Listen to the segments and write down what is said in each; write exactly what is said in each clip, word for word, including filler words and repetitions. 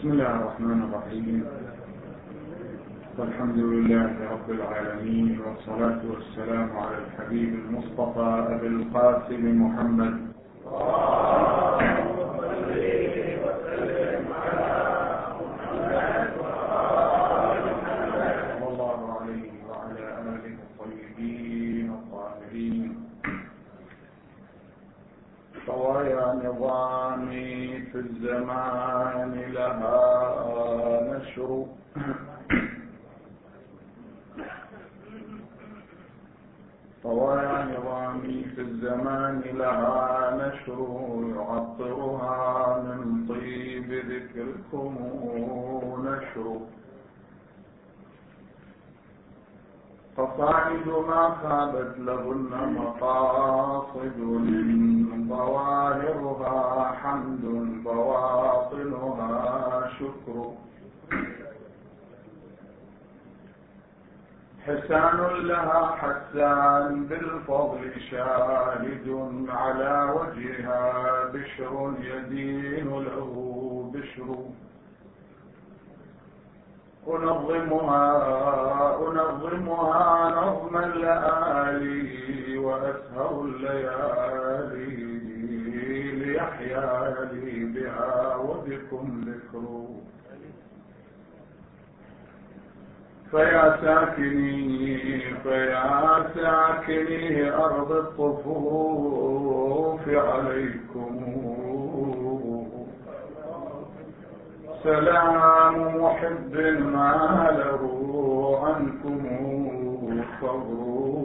بسم الله الرحمن الرحيم. والحمد لله رب العالمين، والصلاة والسلام على الحبيب المصطفى أبي القاسم محمد صلى الله عليه وعلى آله الطيبين الطاهرين. طوايا نظامي في الزمان لها نشر، طوايا نظامي في الزمان لها نشر، يعطرها من طيب ذكركم نشر. قصائد ما خابت لهن مقاصد، ظواهرها حمد بواطنها شكر. حسان لها حسان بالفضل شاهد، على وجهها بشر يدين له بشر. أنظمها أنظمها نظم الليالي، وأسهر الليالي ليحيا لي بها وبكم ذكر. فيا ساكني فيا ساكني أرض الطفوف عليكم، سلام محب ما له عنكم صبر.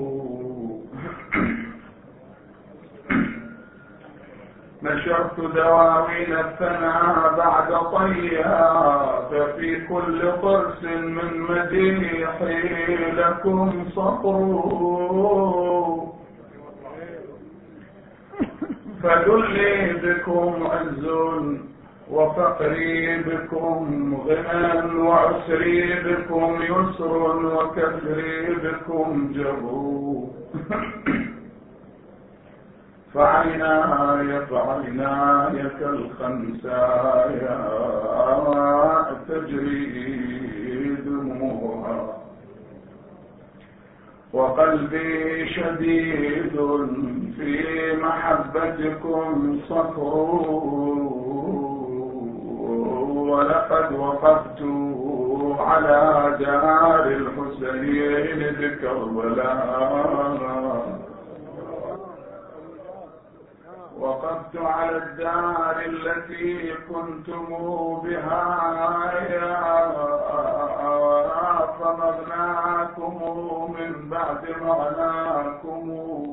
نشرت دواوين الثناء بعد طيها، ففي كل طرس من مديحي لكم صبر. فذلي بكم عز وفقري بكم غنى، وعسري بكم يسر، وكسري بكم جبر. فعيناي فعيناي كالخنسايا تجري دموعها، وقلبي شديد في محبتكم صفر. ولقد وقفت على دار الحسين بكربلاء، وقفت على الدار التي كنتم بها، فمغناكم من بعد مغناكم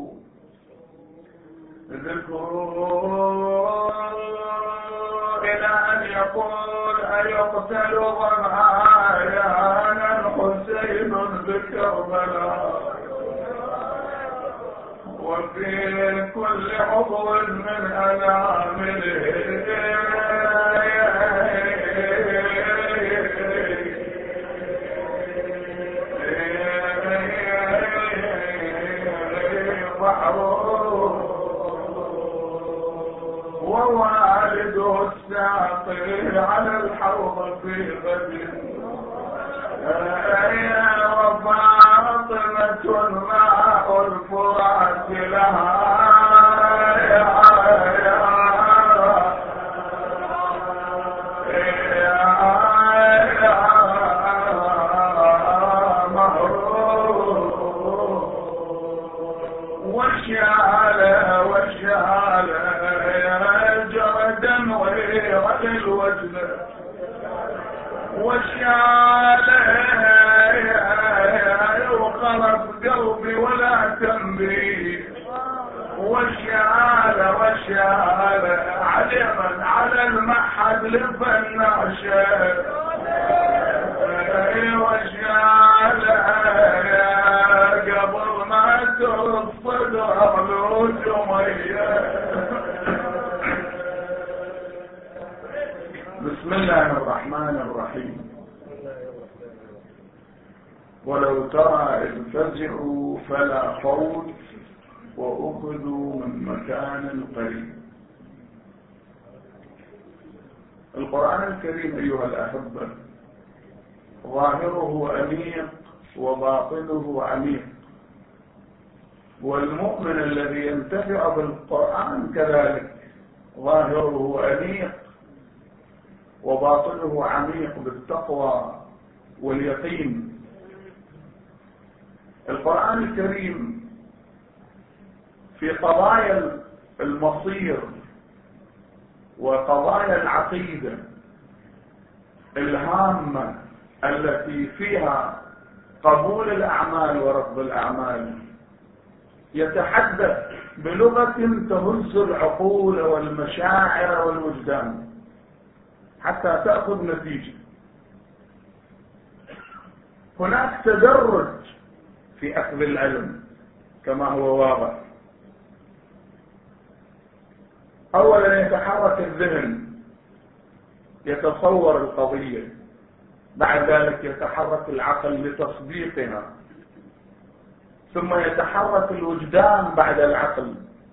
ذكروا، إلى أن يقول أيقتل ظمآنا حسين بكربلاء، وفي كل عضو من أنامله بحر، ووالده الساقي على الحوض في غد. وفاطمة ماء الفرات لها وشعالة وشعالة جردا غير الوجد، وشعالة وخلف قلبي ولا تنبيه، وشعالة وشعالة علما على المحد لفناشة، وشعالة قبل ما ترصد أغلو جمية. بسم الله الرحمن الرحيم. ولو ترى إذ فزعوا فلا فوت، وأخذوا من مكان قريب. القرآن الكريم أيها الأحبة ظاهره أنيق وباطنه عميق، والمؤمن الذي ينتفع بالقرآن كذلك ظاهره أنيق وباطنه عميق بالتقوى واليقين. القرآن الكريم في قضايا المصير وقضايا العقيدة الهامة التي فيها قبول الأعمال ورفض الأعمال يتحدث بلغة تهز العقول والمشاعر والوجدان حتى تأخذ نتيجة. هناك تدرج في أخذ العلم كما هو واضح. أولا يتحرك الذهن يتصور القضية، بعد ذلك يتحرك العقل لتصديقها، ثم يتحرك الوجدان بعد العقل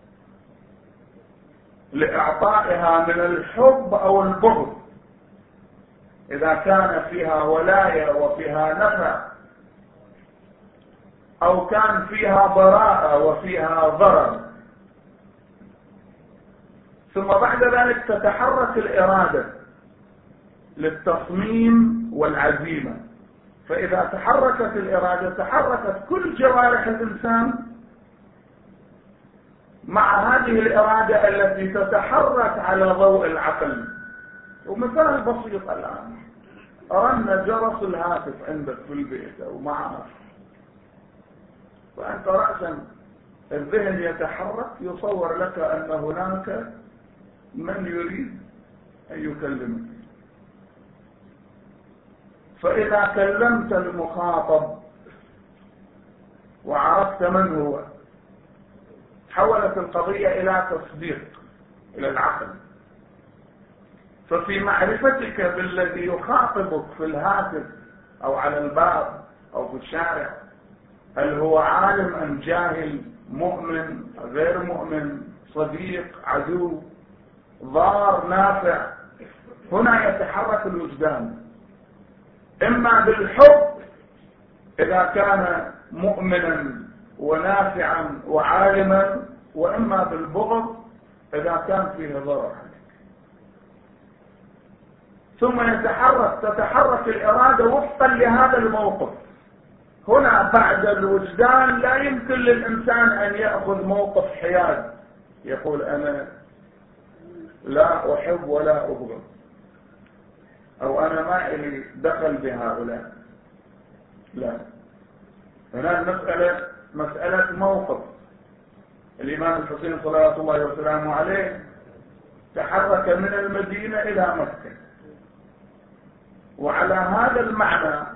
لإعطائها من الحب أو البغض، إذا كان فيها ولاية وفيها نفع، أو كان فيها براءة وفيها ضرر. ثم بعد ذلك تتحرك الإرادة للتصميم والعزيمة، فإذا تحركت الإرادة تحركت كل جوارح الإنسان مع هذه الإرادة التي تتحرك على ضوء العقل. ومثال بسيط الآن، رن جرس الهاتف عندك في البيت أو معك، فأنت رأسا الذهن يتحرك يصور لك أن هناك من يريد أن يكلمك، فإذا كلمت المخاطب وعرفت من هو حولت القضية إلى تصديق إلى العقل. ففي معرفتك بالذي يخاطبك في الهاتف أو على الباب أو في الشارع، هل هو عالم أم جاهل، مؤمن غير مؤمن، صديق عدو، ضار نافع، هنا يتحرك الوجدان إما بالحب إذا كان مؤمنا ونافعا وعالما، وإما بالبغض إذا كان فيه ضرر. ثم يتحرك تتحرك الإرادة وفقا لهذا الموقف. هنا بعد الوجدان لا يمكن للإنسان أن يأخذ موقف حياد يقول أنا لا أحب ولا أبغض، أو أنا ما إلي دخل بهؤلاء. لا، هنا المسألة مسألة موقف. الإمام الحسين صلوات الله وسلامه عليه تحرك من المدينة إلى مكة، وعلى هذا المعنى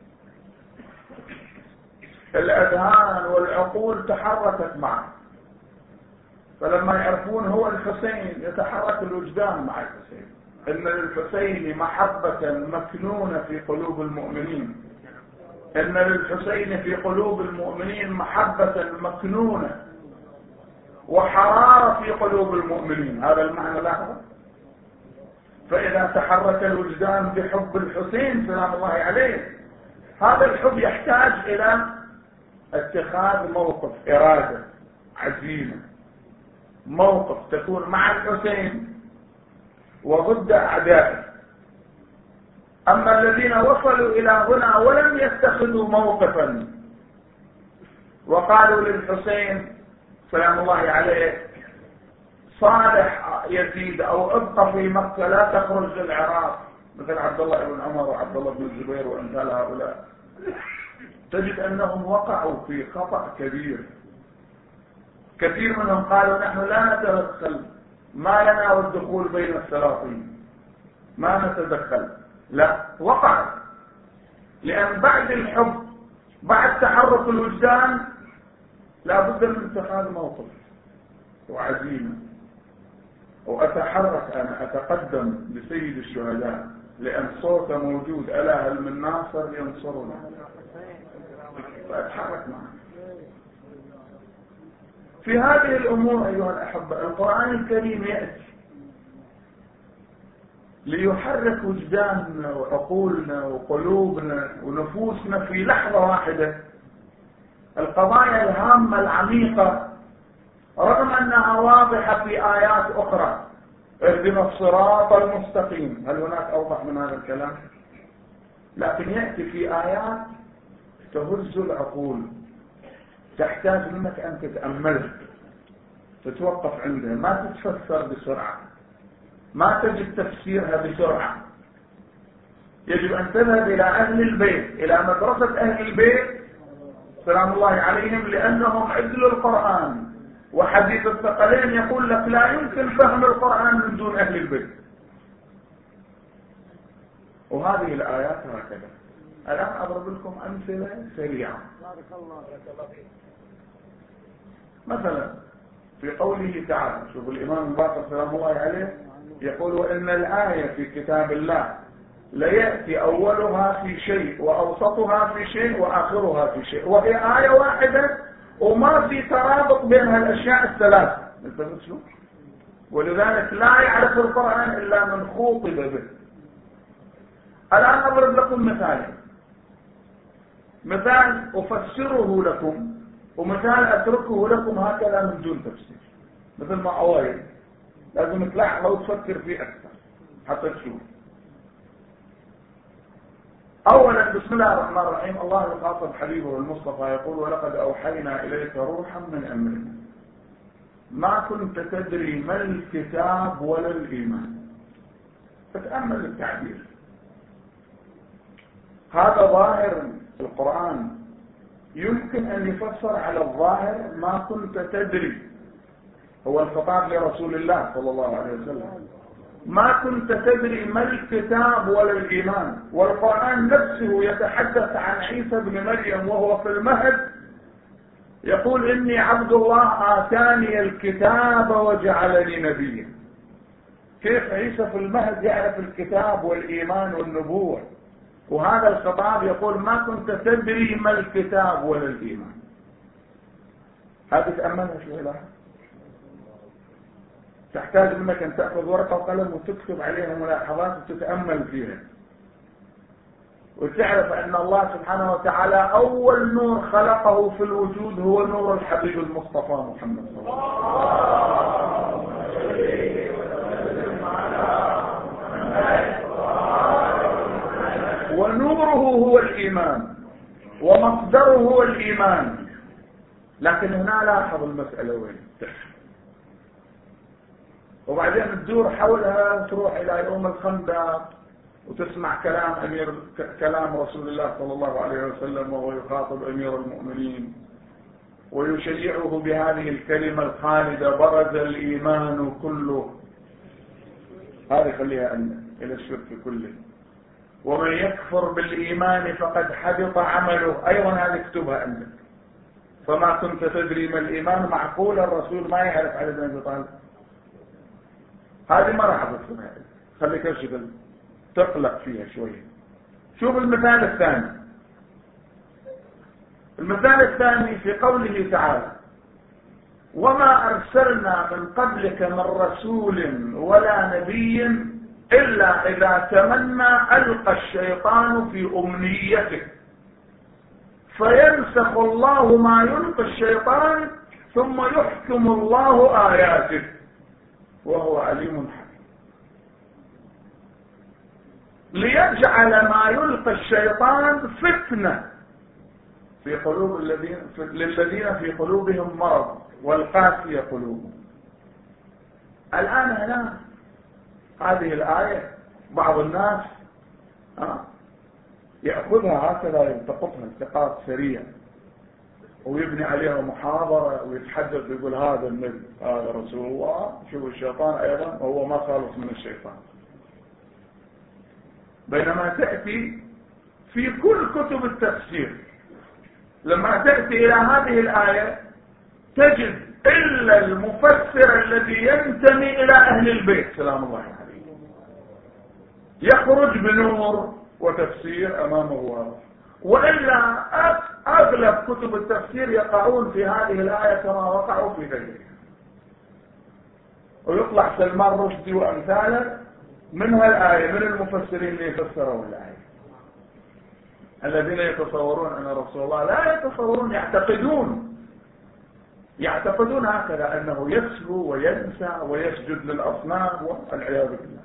الأذهان والعقول تحركت معه، فلما يعرفون هو الحسين يتحرك الوجدان مع الحسين. إن للحسين محبة مكنونة في قلوب المؤمنين، إن للحسين في قلوب المؤمنين محبة مكنونة وحرارة في قلوب المؤمنين. هذا المعنى لاحظ. فإذا تحرك الوجدان بحب الحسين سلام الله عليه، هذا الحب يحتاج إلى اتخاذ موقف، إرادة، عزيمة، موقف تكون مع الحسين وضد أعدائه. أما الذين وصلوا إلى هنا ولم يتخذوا موقفا وقالوا للحسين سلام الله عليه صالح يزيد أو ابقى في مكة لا تخرج للعراق، مثل عبد الله بن عمر وعبد الله بن الزبير وأمثال هؤلاء، تجد أنهم وقعوا في خطأ كبير. كثير منهم قالوا نحن لا نتدخل، ما لنا والدخول بين السلاطين، ما نتدخل. لا، وقع. لأن بعد الحب بعد تحرك الوجدان لا بد من اتخاذ موقف وعزيمة، وأتحرك أنا أتقدم لسيد الشهداء لأن صوته موجود، ألا هل من ناصر ينصرنا، فأتحرك معه. في هذه الأمور أيها الأحبة القرآن الكريم يأتي ليحرك وجداننا وعقولنا وقلوبنا ونفوسنا في لحظة واحدة القضايا الهامة العميقة، رغم أنها واضحة في آيات أخرى. اهدنا الصراط المستقيم، هل هناك أوضح من هذا الكلام؟ لكن يأتي في آيات تهز العقول، تحتاج منك أن تتأمل، تتوقف عندها، ما تتفسر بسرعة، ما تجد تفسيرها بسرعة. يجب أن تذهب إلى أهل البيت، إلى مدرسة أهل البيت سلام الله عليهم، لأنهم عدل القرآن. وحديث الثقلين يقول لك لا يمكن فهم القرآن من دون أهل البيت. وهذه الآيات هكذا. الآن أضرب لكم أمثلة سريعة. مثلا في قوله تعالى، شوف الإمام الباقر سلام الله عليه يقول وإن الآية في كتاب الله ليأتي أولها في شيء وأوسطها في شيء وآخرها في شيء، وهي آية واحدة وما في ترابط بين هالأشياء الثلاث. ولذلك لا يعرف القرآن إلا من خوطب به. الآن أضرب لكم مثال، مثال أفسره لكم ومثال أتركه لكم هكذا من دون تفسير، مثل ما أوائل لازم تلاحظ وتفكر فيه أكثر حتى تشوف. أولا بسم الله الرحمن الرحيم، الله يخاطب حبيبه المصطفى يقول ولقد أوحينا إليك روحا من أمرنا ما كنت تدري ما الكتاب ولا الإيمان. فتأمل التعبير، هذا ظاهر القرآن يمكن أن يفسر على الظاهر ما كنت تدري، هو الخطاب لرسول الله صلى الله عليه وسلم، ما كنت تدري ما الكتاب ولا الإيمان. والقرآن نفسه يتحدث عن عيسى بن مريم وهو في المهد يقول إني عبد الله آتاني الكتاب وجعلني نبيا. كيف عيسى في المهد يعرف الكتاب والإيمان والنبوة؟ وهذا الخطاب يقول ما كنت تدري ما الكتاب ولا الإيمان. هذه تأملها شوي لاحظ، تحتاج منك أن تأخذ ورقة وقلم وتكتب عليها ملاحظات وتتأمل فيها وتعرف أن الله سبحانه وتعالى أول نور خلقه في الوجود هو نور الحبيب المصطفى محمد صلى الله عليه وسلم، ونوره هو الإيمان ومصدره هو الإيمان. لكن هنا لاحظ المسألة وين وبعدين تدور حولها وتروح إلى يوم الخندق وتسمع كلام أمير كلام رسول الله صلى الله عليه وسلم وهو يخاطب أمير المؤمنين ويشيعه بهذه الكلمة الخالدة برز الإيمان كله. هذه خليها أن إلى الشرك كله. ومن يكفر بالإيمان فقد حبط عمله، أيضا هذه اكتبها عندك. فما كنت تدري ما الإيمان، معقول الرسول ما يعرف علي بن أبي طالب؟ هذه ما راح أذكرها، خليك اشتغل تقلق فيها شوية. شوف المثال الثاني، المثال الثاني في قوله تعالى وما أرسلنا من قبلك من رسول ولا نبي إلا إذا تمنى ألقى الشيطان في أمنيته فينسخ الله ما يلقي الشيطان ثم يحكم الله آياته وهو عليم حكيم. ليجعل ما يلقي الشيطان فتنة في قلوب الذين للذين في قلوبهم مرض والقاسية قلوبهم. الآن هنا هذه الآية بعض الناس يأخذها هكذا يلتقطها التقاط سريع ويبني عليها محاضرة ويتحدث ويقول هذا النبي هذا رسول الله، شوف الشيطان أيضا وهو ما خالص من الشيطان. بينما تأتي في كل كتب التفسير لما تأتي إلى هذه الآية تجد إلا المفسر الذي ينتمي إلى أهل البيت سلام الله عليه يخرج بنور وتفسير أمامه واضح، وإلا أغلب كتب التفسير يقعون في هذه الآية كما وقعوا في غيرها، ويطلع سلمان رشدي وأمثاله من هالآية من المفسرين اللي يفسرون الآية؟ الذين يتصورون أن رسول الله لا يتصورون، يعتقدون يعتقدون هكذا أنه يسهو وينسى ويسجد للأصنام والعياذ بالله.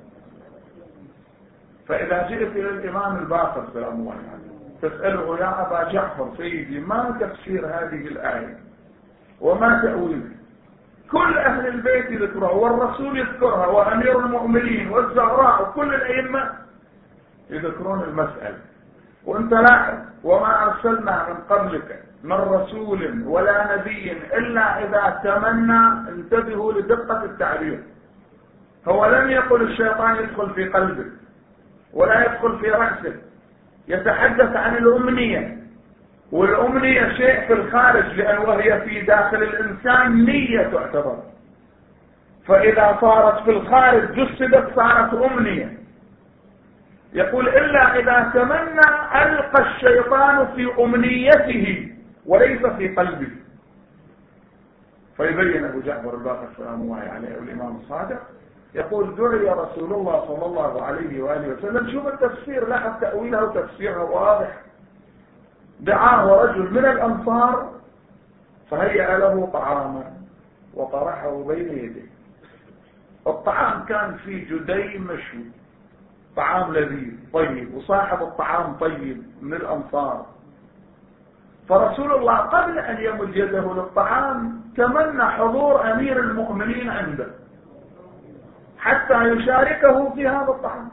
فإذا جئت إلى الإمام الباقر سلام الله عليه تسأله يا أبا جعفر سيدي ما تفسير هذه الآية وما تأويل؟ كل أهل البيت يذكرها والرسول يذكرها وأمير المؤمنين والزهراء وكل الأئمة يذكرون المسألة، وانت لاحظ وما أرسلنا من قبلك من رسول ولا نبي إلا إذا تمنى. انتبهوا لدقة التعبير، هو لم يقل الشيطان يدخل في قلبك ولا يدخل في رأسك، يتحدث عن الأمنية، والأمنية شيء في الخارج لأن وهي في داخل الإنسان نية تعتبر، فإذا صارت في الخارج جسدت صارت أمنية. يقول إلا إذا تمنى ألقى الشيطان في أمنيته وليس في قلبه. فيبين أبو جعفر الباقر سلام الله عليه والإمام الصادق يقول دعي رسول الله صلى الله عليه وآله وسلم. شوف التفسير، لاحظ تأويلها وتفسيرها واضح. دعاه رجل من الأنصار فهيأ له طعاما وطرحه بين يديه. الطعام كان فيه جدي مشوي، طعام لذيذ طيب، وصاحب الطعام طيب من الأنصار. فرسول الله قبل أن يمد يده للطعام تمنى حضور أمير المؤمنين عنده حتى يشاركه في هذا الطعام،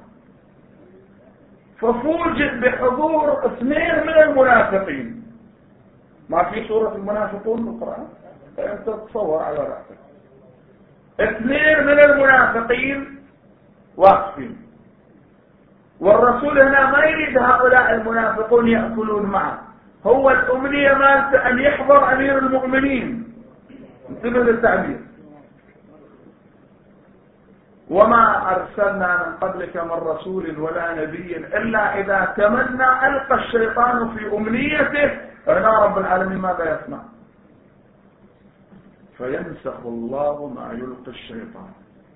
ففوجئ بحضور اثنين من المنافقين. ما في سورة المنافقون بالقرآن؟ فأنت تصور على رأسك اثنين من المنافقين واقفين، والرسول هنا ما يريد هؤلاء المنافقون يأكلون معه، هو الأمنية مالت أن يحضر أمير المؤمنين. انتبه للتعبير. وما أرسلنا من قبلك من رسول ولا نبي إلا إذا تمنى ألقى الشيطان في أمنيته. هنا رب العالمين ماذا يصنع؟ فينسخ الله ما يلقي الشيطان،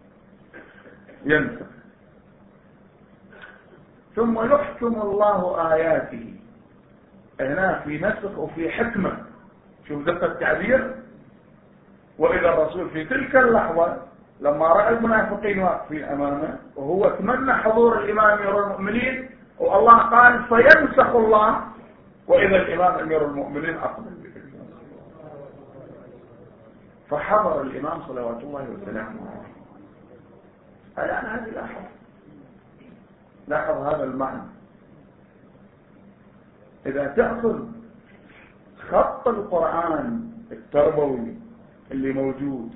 ينسخ ثم يحكم الله آياته. هنا في نسخ وفي حكمة. شوف دقة التعبير. وإذا الرسول في تلك اللحظة لما رأى المنافقين واقفين أمامه وهو تمنى حضور الإمام أمير المؤمنين، والله قال فينسخ الله، وإذا الإمام أمير المؤمنين أقبل بذلك. فحضر الإمام صلوات الله وسلامه عليه. الآن هذه لاحظ لاحظ هذا المعنى. إذا تأخذ خط القرآن التربوي اللي موجود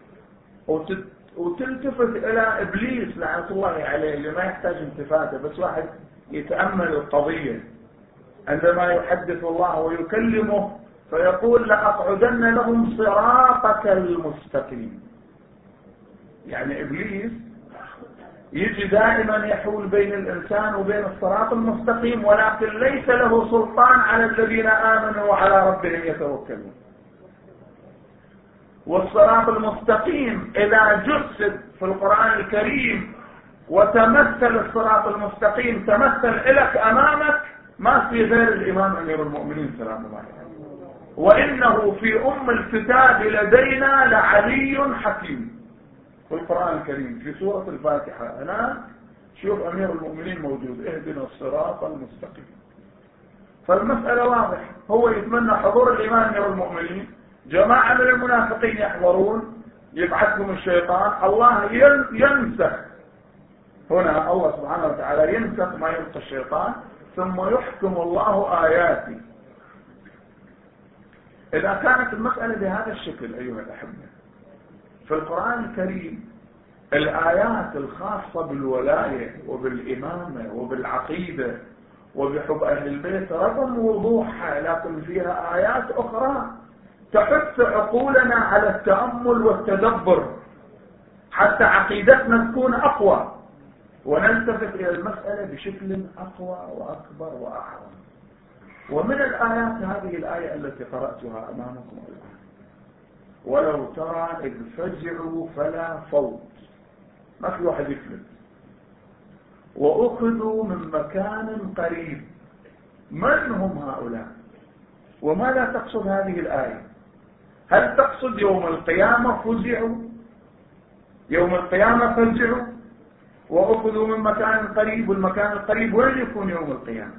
وتلتفت إلى إبليس لعنة الله عليه اللي ما يحتاج التفاته، بس واحد يتأمل القضية عندما يحدث الله ويكلمه فيقول لأقعدن لهم صراطك المستقيم. يعني إبليس يجي دائما يحول بين الإنسان وبين الصراط المستقيم، ولكن ليس له سلطان على الذين آمنوا وعلى ربهم يتوكلون. والصراط المستقيم إذا جسد في القرآن الكريم وتمثل الصراط المستقيم تمثل لك أمامك، ما في غير الإمام أمير المؤمنين سلام الله عليه. وإنه في أم الكتاب لدينا لعلي حكيم. في القرآن الكريم في سورة الفاتحة هنا شوف أمير المؤمنين موجود، اهدنا الصراط المستقيم. فالمسألة واضحة، هو يتمنى حضور الإمام أمير المؤمنين، جماعة من المنافقين يحضرون، يبعثهم الشيطان، الله ينسخ. هنا الله سبحانه وتعالى ينسخ ما يلقى الشيطان ثم يحكم الله آياته. إذا كانت المسألة بهذا الشكل أيها الأحبة، في القرآن الكريم الآيات الخاصة بالولاية وبالإمامة وبالعقيدة وبحب أهل البيت رغم وضوحها، لكن فيها آيات أخرى تحث عقولنا على التأمل والتدبر حتى عقيدتنا تكون أقوى ونلتفت إلى المسألة بشكل أقوى وأكبر وأعظم. ومن الآيات هذه الآية التي قرأتها أمامكم الآن: ولو ترى إذ فزعوا فلا فوت. ما في واحد يفلت، وأخذوا من مكان قريب. من هم هؤلاء؟ وماذا تقصد هذه الآية؟ هل تقصد يوم القيامة فزعوا؟ يوم القيامة فزعوا وأخذوا من مكان قريب، والمكان القريب وين يكون يوم القيامة؟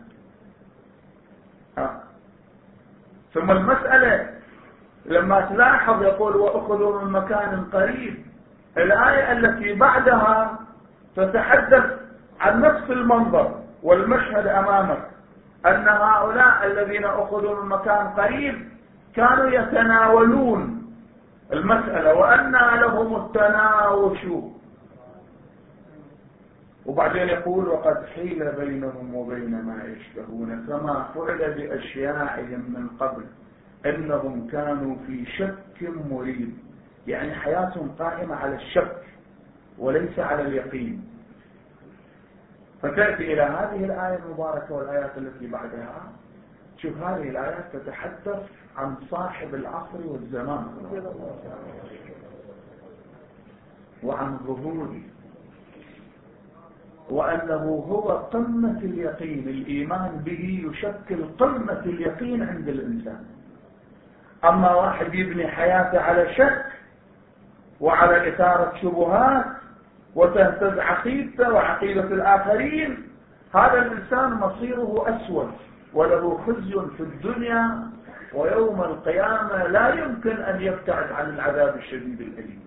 آه. ثم المسألة لما تلاحظ يقول وأخذوا من مكان قريب، الآية التي بعدها تتحدث عن نفس المنظر والمشهد أمامك، أن هؤلاء الذين أخذوا من مكان قريب كانوا يتناولون المسألة وأنى لهم التناوش. وبعدين يقول وقد حيل بينهم وبين ما يشتهون كما فعل بأشياعهم من قبل إنهم كانوا في شك مريب. يعني حياتهم قائمة على الشك وليس على اليقين. فتأتي إلى هذه الآية المباركة والآيات التي بعدها، شوف هذه الآيات تتحدث عن صاحب العصر والزمان وعن ظهوره، وأنه هو قمة اليقين. الإيمان به يشكل قمة اليقين عند الإنسان. أما واحد يبني حياته على شك وعلى إثارة شبهات وتهتز عقيدته وعقيدة الآخرين، هذا الإنسان مصيره أسود وله خزي في الدنيا، ويوم القيامة لا يمكن أن يبتعد عن العذاب الشديد الأليم.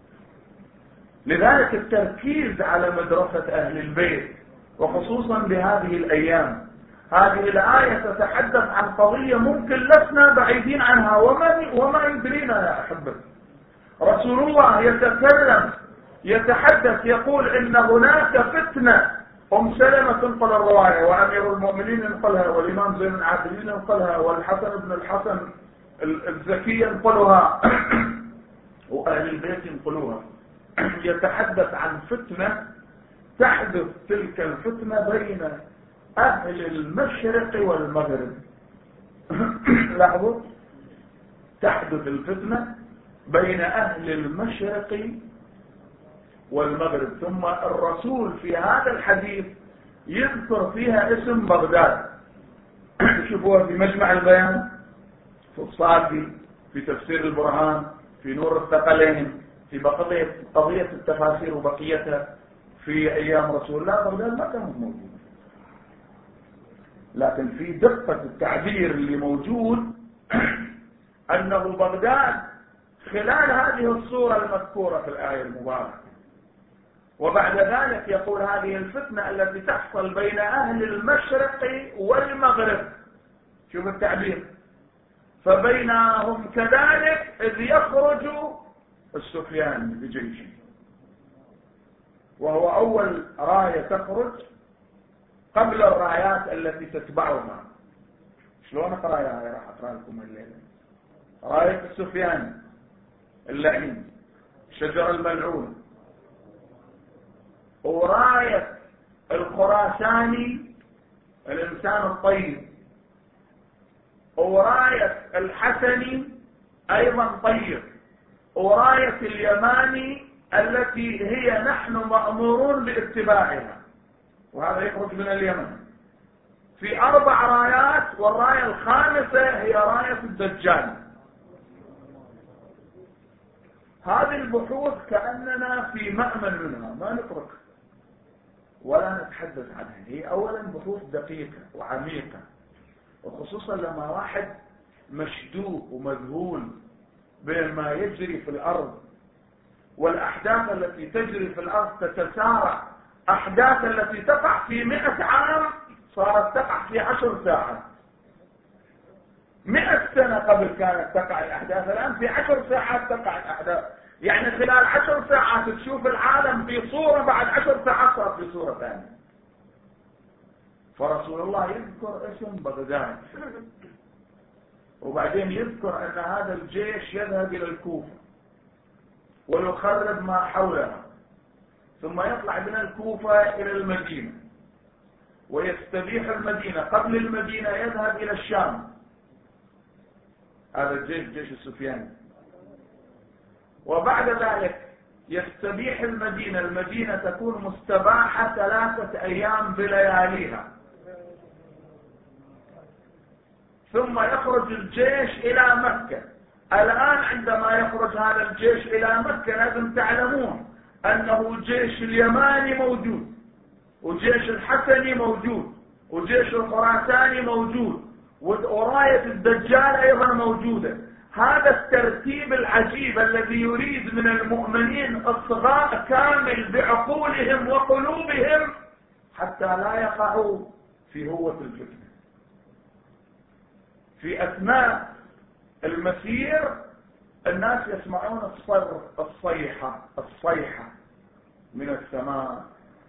لذلك التركيز على مدرسة أهل البيت، وخصوصا بهذه الأيام، هذه الآية تتحدث عن قضية ممكن لسنا بعيدين عنها وما, وما يدرينا يا أحبتي. رسول الله يتكلم يتحدث يقول إن هناك فتنة. أم سلمة تنقل الرواية، وأمير المؤمنين ينقلها، والإمام زين العابدين ينقلها، والحسن بن الحسن الزكي ينقلها، وأهل البيت ينقلوها. يتحدث عن فتنة تحدث تلك الفتنة بين أهل المشرق والمغرب. لاحظوا، تحدث الفتنة بين أهل المشرق والمغرب. ثم الرسول في هذا الحديث يذكر فيها اسم بغداد. شوفوها في مجمع البيان، في الصادي، في تفسير البرهان، في نور الثقلين، في بقية قضية التفاسير وبقيتها في أيام رسول الله. بغداد ما كانت موجودة، لكن في دقة التعبير اللي موجود أنه بغداد خلال هذه الصورة المذكورة في الآية المباركة. وبعد ذلك يقول هذه الفتنة التي تحصل بين أهل المشرق والمغرب. شوف التعبير، فبينهم كذلك إذ يخرج السفيان بجيشه، وهو أول راية تخرج قبل الرايات التي تتبعها. شلون أقرأ يا راح أقرأ لكم الليلة؟ راية السفيان اللعين، شجر الملعون، وراية الخراساني الإنسان الطيب، وراية الحسني أيضا طيب، وراية اليماني التي هي نحن مأمورون باتباعها، وهذا يخرج من اليمن. في أربع رايات، والراية الخامسة هي راية الدجال. هذه البحوث كأننا في مأمن منها، ما نترك ولا نتحدث عنها. هي أولا بحوث دقيقة وعميقة، وخصوصا لما واحد مشدوه ومذهول بما يجري في الأرض، والأحداث التي تجري في الأرض تتسارع. أحداث التي تقع في مئة عام صارت تقع في عشر ساعات. مئة سنة قبل كانت تقع الأحداث، الآن في عشر ساعات تقع الأحداث. يعني خلال عشر ساعات تشوف العالم في صورة، بعد عشر ساعات صار في صورة ثانية. فرسول الله يذكر اسم بغداد، وبعدين يذكر أن هذا الجيش يذهب إلى الكوفة ويخرب ما حولها، ثم يطلع من الكوفة إلى المدينة ويستبيح المدينة. قبل المدينة يذهب إلى الشام، هذا الجيش جيش السفياني. وبعد ذلك يستبيح المدينة، المدينة تكون مستباحة ثلاثة أيام بلياليها، ثم يخرج الجيش إلى مكة. الآن عندما يخرج هذا الجيش إلى مكة لازم تعلمون أنه جيش اليماني موجود، وجيش الحسني موجود، وجيش الخراساني موجود، وراية الدجال أيضا موجودة. هذا الترتيب العجيب الذي يريد من المؤمنين إصغاء كامل بعقولهم وقلوبهم حتى لا يقعوا في هوة الفتنة. في أثناء المسير الناس يسمعون الصيحة الصيحة من السماء،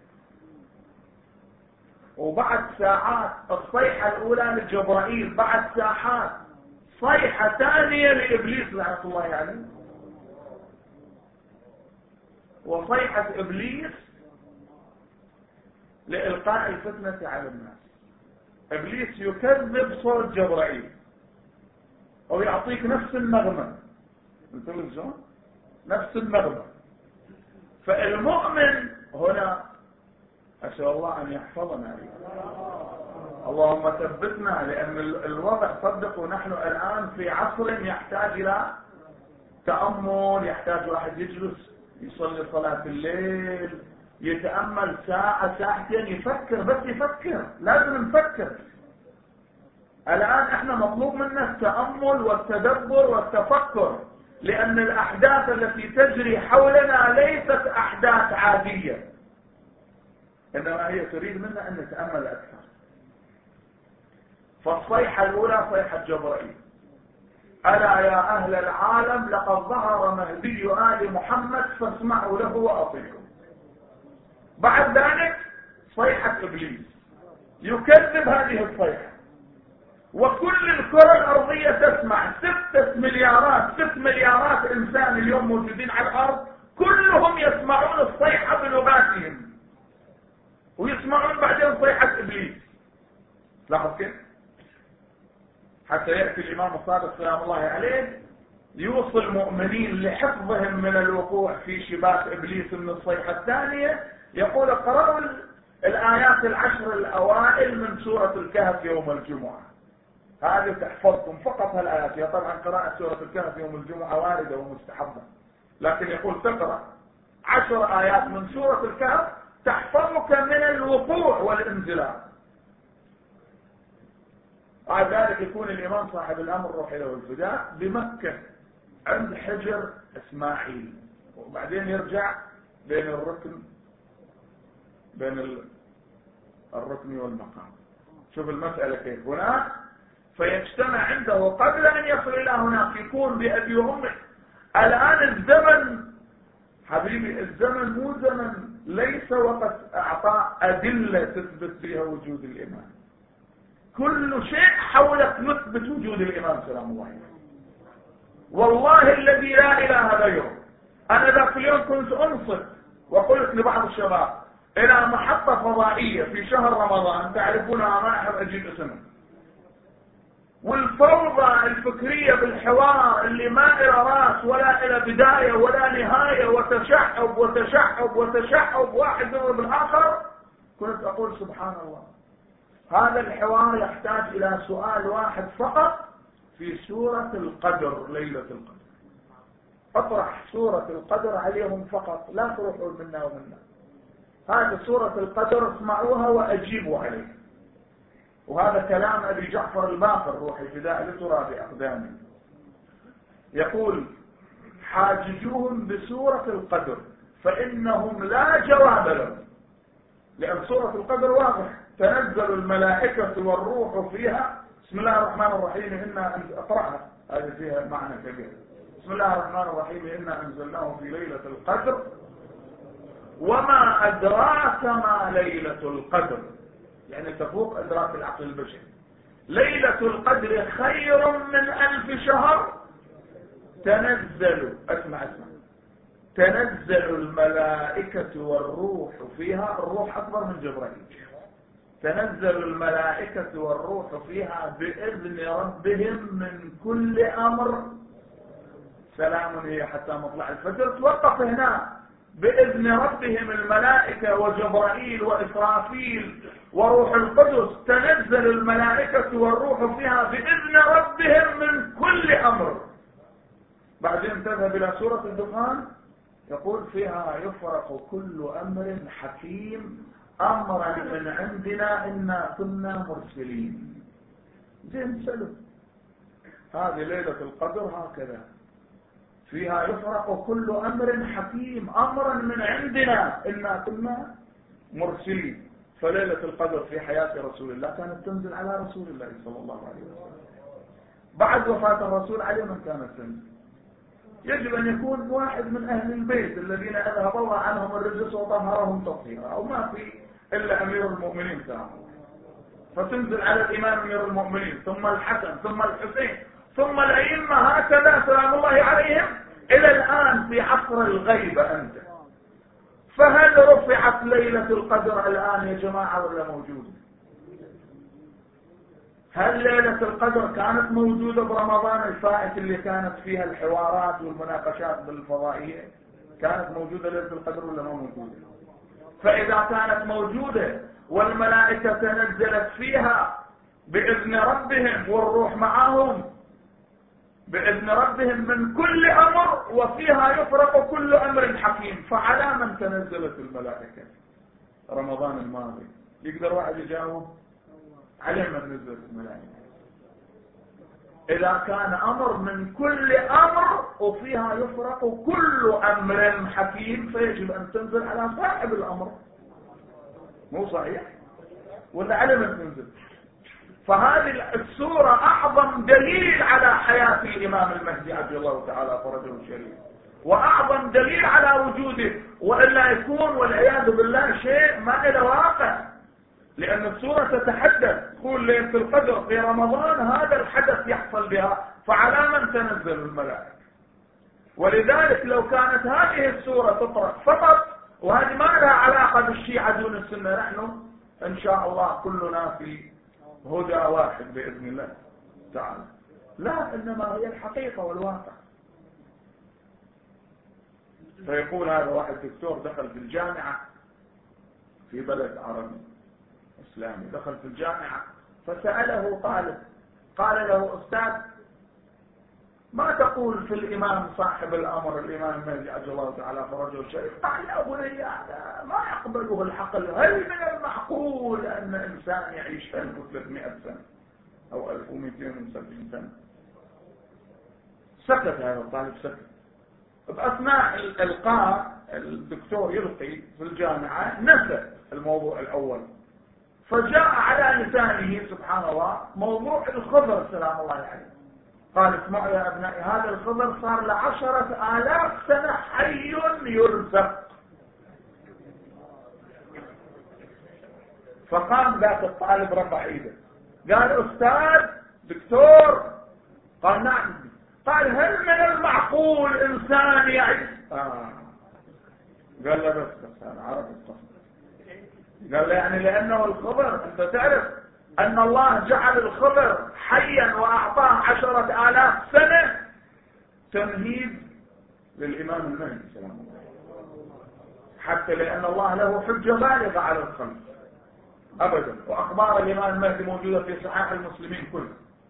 وبعد ساعات الصيحة الأولى لجبرائيل، بعد ساعات صيحة ثانية لإبليس لعنة الله عليه، وصيحة إبليس لإلقاء الفتنة على الناس. إبليس يكذب صوت جبرائيل أو يعطيك نفس النغمة، انتم شلون؟ نفس النغمة. فالمؤمن هنا أسأل الله أن يحفظنا، اللهم ثبتنا، لأن الوضع صدقوا نحن الآن في عصر يحتاج إلى تأمل، يحتاج واحد يجلس يصلي صلاة الليل، يتأمل ساعة ساعتين، يفكر، بس يفكر، لازم نفكر. الآن احنا مطلوب منا التأمل والتدبر والتفكر، لأن الأحداث التي تجري حولنا ليست أحداث عادية، إنما هي تريد منا أن نتأمل أكثر. فالصيحة الأولى صيحة جبرائيل، ألا يا أهل العالم لقد ظهر مهدي آل محمد فاسمعوا له وأطيعوا. بعد ذلك صيحة إبليس يكذب هذه الصيحة، وكل الكرة الأرضية تسمع. ستة مليارات ست مليارات إنسان اليوم موجودين على الأرض، كلهم يسمعون الصيحة بلغاتهم، ويسمعون بعدين صيحة إبليس. لاحظ كيف؟ حتى يأتي الإمام الصادق سلام الله عليه يوصي المؤمنين لحفظهم من الوقوع في شباك إبليس من الصيحة الثانية، يقول اقرأوا الآيات العشر الأوائل من سورة الكهف يوم الجمعة، هذه تحفظكم فقط هالآيات. هي طبعا قراءة سورة الكهف يوم الجمعة واردة ومستحبة، لكن يقول تقرأ عشر آيات من سورة الكهف تحفظك من الوقوع والانزلاق. بعد ذلك يكون الإمام صاحب الأمر روح له الفداء بمكة عند حجر إسماعيل، وبعدين يرجع بين الركن بين الركن والمقام. شوف المسألة كيف هناك، فيجتمع عنده قبل أن يصل إلى هناك، يكون بأبي وأمه. الآن الزمن حبيبي، الزمن مو زمن ليس وقت أعطاء أدلة تثبت بها وجود الإمام، كل شيء حولك يثبت وجود الإمام سلام الله عليه. والله الذي لا إله غيره، أنا ذاك اليوم كنت أنصت وقلت لبعض الشباب إلى محطة فضائية في شهر رمضان تعرفونها، ما أحب أجيب اسمها، والفوضى الفكرية بالحوار اللي ما إلى راس ولا إلى بداية ولا نهاية، وتشعب وتشعب وتشعب واحد يضرب الآخر. كنت أقول سبحان الله، هذا الحوار يحتاج إلى سؤال واحد فقط في سورة القدر، ليلة القدر. اطرح سورة القدر عليهم فقط، لا تروحوا منا ومنا. هذه سورة القدر اسمعوها وأجيبوا عليه. وهذا كلام أبي جعفر الباقر روح الفداء لترى بأقدامه، يقول حاججوهم بسورة القدر فإنهم لا جواب لهم، لأن سورة القدر واضح، تنزل الملائكة والروح فيها. بسم الله الرحمن الرحيم إنا أقرأها، هذه فيها معنى كبير. بسم الله الرحمن الرحيم إنا أنزلناه في ليلة القدر وما أدراك ما ليلة القدر، يعني تفوق أدراك العقل البشري. ليلة القدر خير من ألف شهر تنزل، اسمع اسمع، تنزل الملائكة والروح فيها، الروح أكبر من جبرائيل، تنزل الملائكة والروح فيها بإذن ربهم من كل أمر، سلام هي حتى مطلع الفجر. توقف هنا، بإذن ربهم الملائكة وجبرائيل وإسرافيل وروح القدس، تنزل الملائكة والروح فيها بإذن ربهم من كل أمر. بعدين تذهب إلى سورة الدخان يقول فيها يفرق كل أمر حكيم أمرا من عندنا إنا كنا مرسلين. زين سلم، هذه ليلة القدر هكذا، فيها يفرق كل أمر حكيم أمرا من عندنا إنا كنا مرسلين. فليلة القدر في حياة رسول الله كانت تنزل على رسول الله صلى الله عليه وسلم. بعد وفاة الرسول عليه من كانت تنزل؟ يجب أن يكون واحد من أهل البيت الذين أذهب الله عنهم الرجس وطهرهم تطهيرا، أو ما في إلا أمير المؤمنين كانوا، فتنزل على الإمام أمير المؤمنين ثم الحسن ثم الحسين ثم الأئمة هكذا سلام الله عليهم إلى الآن في عصر الغيبة أنت. فهل رفعت ليلة القدر الآن يا جماعة ولا موجودة؟ هل ليلة القدر كانت موجودة برمضان الفائت اللي كانت فيها الحوارات والمناقشات بالفضائية؟ كانت موجودة ليلة القدر ولا ما موجودة؟ فإذا كانت موجودة والملائكة تنزلت فيها بإذن ربهم والروح معهم بإذن ربهم من كل أمر وفيها يفرق كل أمر حكيم، فعلى من تنزلت الملائكة رمضان الماضي؟ يقدر واحد يجاوب؟ على من نزلت الملائكة؟ إذا كان أمر من كل أمر وفيها يفرق كل أمر حكيم فيجب أن تنزل على صاحب الأمر، مو صحيح؟ ولا على من تنزل؟ فهذه السورة أعظم دليل على حياة الإمام المهدي عجل الله تعالى فرجه الشريف، وأعظم دليل على وجوده، وإلا يكون والعياذ بالله شيء ما له واقع. لأن السورة تتحدث تقول ليلة القدر في رمضان هذا الحدث يحصل بها، فعلى من تنزل الملائكة؟ ولذلك لو كانت هذه السورة تقرأ فقط، وهذه ما لها علاقة بالشيعة دون السنة، نحن إن شاء الله كلنا في هدى واحد بإذن الله تعالى، لا، إنما هي الحقيقة والواقع. فيقول هذا واحد دكتور دخل في الجامعة في بلد عربي إسلامي، دخل في الجامعة فسأله طالب قال له أستاذ ما تقول في الإمام صاحب الأمر الإمام المهدي عجل الله تعالى فرجه الشريف؟ قال يا بني هذا ما يقبله العقل، هل من المعقول أن إنسان يعيش ألف وثلاثمائة سنة أو ألف ومئتين وسبعين سنة؟ سكت هذا الطالب، سكت. بأثناء الإلقاء الدكتور يلقي في الجامعة نسى الموضوع الأول، فجاء على لسانه سبحان الله موضوع الخضر سلام الله عليه. قال اسمعوا يا أبنائي، هذا الخضر صار لعشرة آلاف سنة حي يرزق. فقام ذاك الطالب رفع ايده قال أستاذ دكتور، قال نعم، قال هل من المعقول إنسان يعيش؟ آه. قال له بس بس أنا عرفت القصة. قال له يعني لأنه الخضر، أنت تعرف أن الله جعل الخضر حيا وأعطاه عشرة آلاف سنة تمهيد للإمام المهدي سلام الله، حتى لأن الله له حجة بالغة على الخلق أبدا، وأخبار الإمام المهدي موجودة في صحاح المسلمين كله.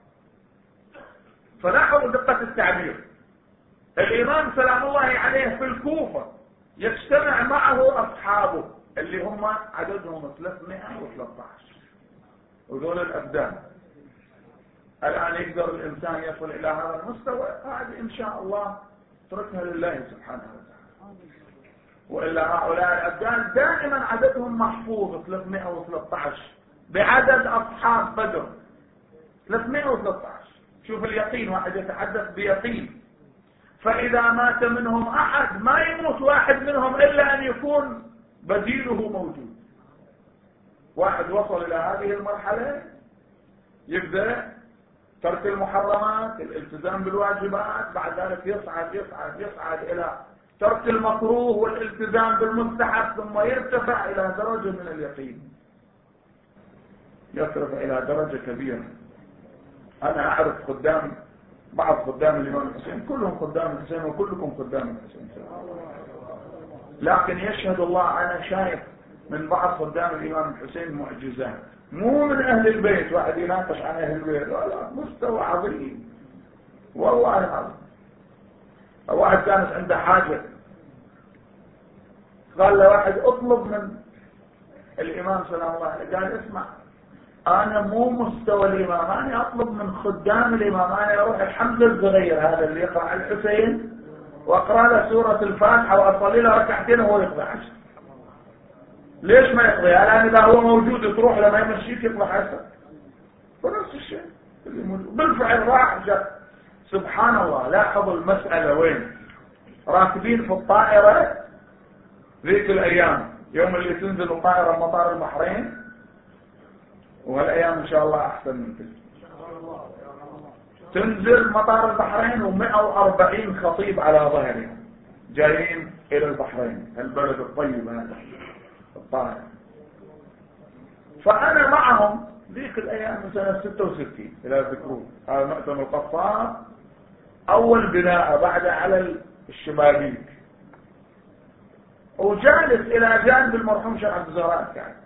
فلاحظوا دقة التعبير، الإمام سلام الله عليه في الكوفة يجتمع معه أصحابه اللي هم عددهم ثلاثمائة وثلاثة عشر، وذول الأبدان. الآن يقدر الإنسان يصل إلى هذا المستوى؟ هذه إن شاء الله تركها لله سبحانه وتعالى. وإلا هؤلاء الأبدان دائما عددهم محفوظ ثلاثمائة وثلاثة عشر بعدد أصحاب بدر ثلاثمائة وثلاثة عشر. شوف اليقين، واحد يتحدث بيقين. فإذا مات منهم أحد ما يموت واحد منهم إلا أن يكون بديله موجود. واحد وصل إلى هذه المرحلة يبدأ ترك المحرمات، الالتزام بالواجبات، بعد ذلك يصعد يصعد يصعد إلى ترك المكروه والالتزام بالمستحب، ثم يرتفع إلى درجة من اليقين، يرتفع إلى درجة كبيرة. أنا أعرف خدام بعض خدام الإمام الحسين، كلهم خدام الحسين وكلكم خدام الحسين. لكن يشهد الله أنا شايف من بعض خدام الإمام الحسين معجزات، مو من أهل البيت، واحد يناقش عن أهل البيت، لا مستوى عظيم والله العظيم. واحد كانت عنده حاجة قال له واحد اطلب من الإمام سلام الله عليه، قال اسمع أنا مو مستوى الإمام، أنا أطلب من خدام الإمام، أنا أروح الحمد الصغير هذا اللي يقرأ الحسين وأقرأ له سورة الفاتحة وأصلي له ركعتين وهو يقضي عشر. ليش ما يقضي؟ الآن إذا هو موجود تروح لما يمشيك يقضي عشر، ونفس الشيء اللي موجود بالفعل راح جاء. سبحان الله، لاحظوا المسألة وين؟ راكبين في الطائرة ذيك الأيام يوم اللي تنزل الطائرة مطار البحرين، والأيام إن شاء الله أحسن من كده. تنزل مطار البحرين ومئة وأربعين خطيب على ظهرهم جايين إلى البحرين البلد الطيب هذا الطائرة. فأنا معهم ذيك الأيام من سنة ستة وستين إلى ذكرون، هذا مأتم القصار أول بناء بعد على الشبابيك، وجالس إلى جانب المرحوم شيخ عبد الزهراء يعني.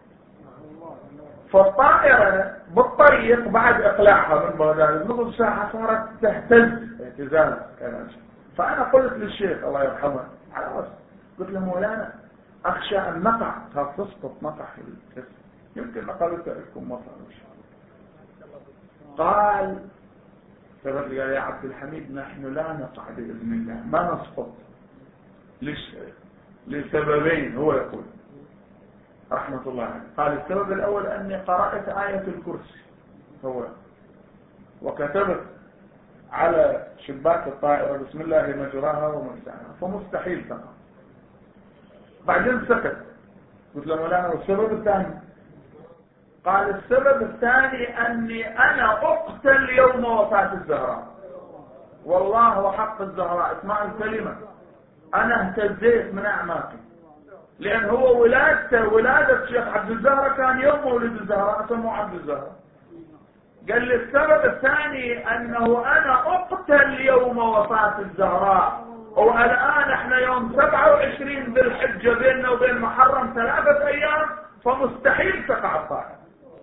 فالطائرة بالطريق بعد إقلاعها من بغداد نصف ساعة صارت تهتز اهتزاز كان. فأنا قلت للشيخ الله يرحمه على رأسي، قلت له مولانا أخشى أن نقع، خاف تسقط نقع في الجسم، يمكن نقلت لكم مصر إن شاء الله. قال ثبت لي قال يا عبد الحميد نحن لا نقع بإذن الله، ما نسقط. ليش؟ لسببين هو يقول رحمة الله عليه. قال السبب الأول أني قرأت آية الكرسي هو وكتبت على شباك الطائرة بسم الله مجراها ومرساها، فمستحيل تقع. بعدين سكت. قلت له مولانا والسبب الثاني؟ قال السبب الثاني أني أنا أقتل يوم وفاة الزهراء، والله وحق الزهراء اسمع الكلمة، أنا اهتزيت من أعماقي، لأن هو ولادته ولادة الشيخ عبد الزهراء كان يوم مولد الزهراء اسمه عبد الزهراء. قال لي السبب الثاني أنه أنا أقتل يوم وفاة الزهراء، والآن احنا يوم سبعة وعشرين ذي الحجة بيننا وبين محرم ثلاثة أيام، فمستحيل تقع الطائرة.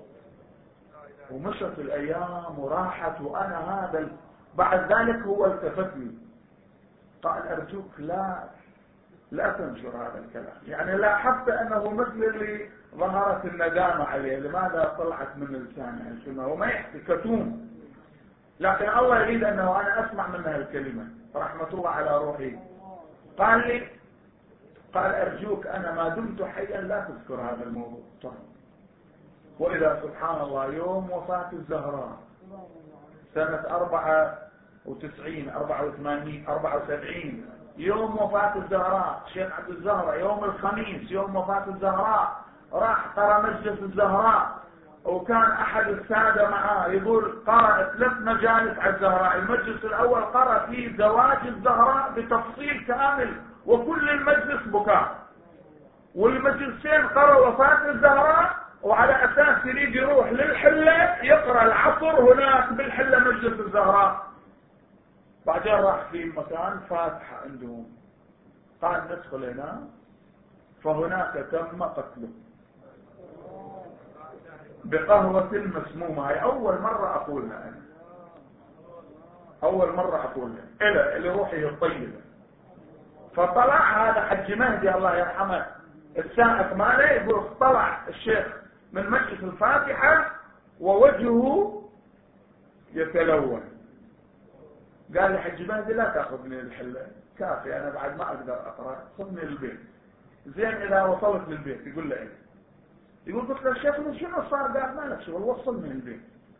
ومشت الأيام وراحت وأنا هذا ال... بعد ذلك هو التفت لي قال أرجوك لا لا تنشر هذا الكلام، يعني لاحظت أنه مثل اللي ظهرت الندامة عليه، لماذا طلعت من لسانه شنو هو ما يحكي كتوم، لكن الله يريد أنه أنا أسمع منها الكلمة رحمة الله على روحي. قال لي قال أرجوك أنا ما دمت حيا لا تذكر هذا الموضوع. طيب. وإذا سبحان الله يوم وفاة الزهراء سنة أربعة وتسعين أربعة وثمانين أربعة وسبعين يوم وفاة الزهراء شيخ عبد الزهراء يوم الخميس يوم وفاة الزهراء راح قرأ مجلس الزهراء، وكان أحد السادة معاه يقول قرأ ثلاث مجالس على الزهراء، المجلس الأول قرأ فيه زواج الزهراء بتفصيل كامل وكل المجلس بكاء، والمجلسين قرأ وفاة الزهراء، وعلى أساس يريد يروح للحلة يقرأ العصر هناك بالحلة مجلس الزهراء. بعدين راح في مكان فاتحة عندهم، قال ندخل هنا، فهناك تم قتله بقهوة مسمومة. هي أول مرة أقولها أنا، أول مرة أقولها إلى اللي روحي الطيبة. فطلع هذا حج مهدي الله يرحمه السائق ماله يقول طلع الشيخ من مجلس الفاتحة ووجهه يتلون. قال لي حج مهدي لا تاخذني الحلة، كافي أنا بعد ما أقدر أقرأ، خذني للبيت. زين إذا وصلت للبيت يقول له إيه؟ يقول قلت له الشيخ شنو صار؟ قال ما لك شغل وصلني للبيت.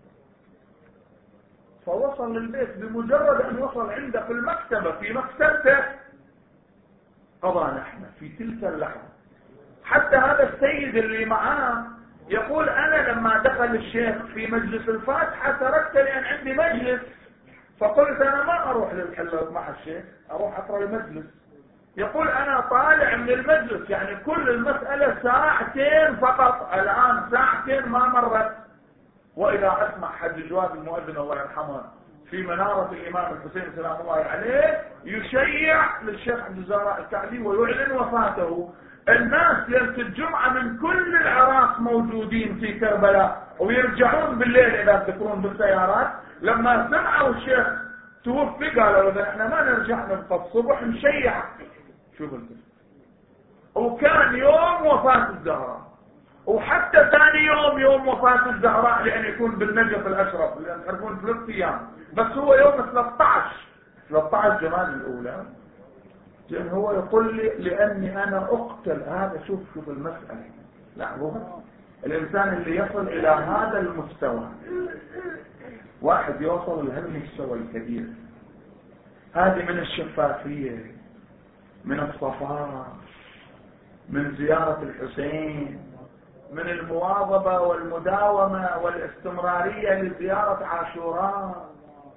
فوصل للبيت، بمجرد أن وصل عنده في المكتبة في مكتبته قضى نحن في تلك اللحظة. حتى هذا السيد اللي معاه يقول أنا لما دخل الشيخ في مجلس الفاتحة تركت لأن عندي مجلس، فقلت أنا ما أروح للحلة مع الشيخ، أروح أقرأ المجلس. يقول أنا طالع من المجلس، يعني كل المسألة ساعتين فقط، الآن ساعتين ما مرت، وإذا أسمع حد جواب المؤذن الله يرحمه في منارة الإمام الحسين سلام الله عليه يشيع للشيخ عبد الزهراء الكعبي ويعلن وفاته. الناس ليلة الجمعة من كل العراق موجودين في كربلاء، ويرجعون بالليل إذا تذكرون بالسيارات. لما سمعوا الشيخ توفي قالوا إذا احنا ما نرجع نبقى الصبح نشيع. شوف القصة. وكان يوم وفاة الزهراء، وحتى ثاني يوم يوم وفاة الزهراء لأن يكون بالنجف الأشرف، لأن تعرفون ثلاث أيام، بس هو يوم ثلاثة عشر ثلاثة عشر جماد الأولى. لأن هو يقول لي لأني أنا أقتل. هذا شوف شوف المسألة. لاحظوا الإنسان اللي يصل إلى هذا المستوى، واحد يوصل لهالمستوى الكبير، هذه من الشفافية، من الصفاء، من زيارة الحسين، من المواظبة والمداومة والاستمرارية لزيارة عاشوراء،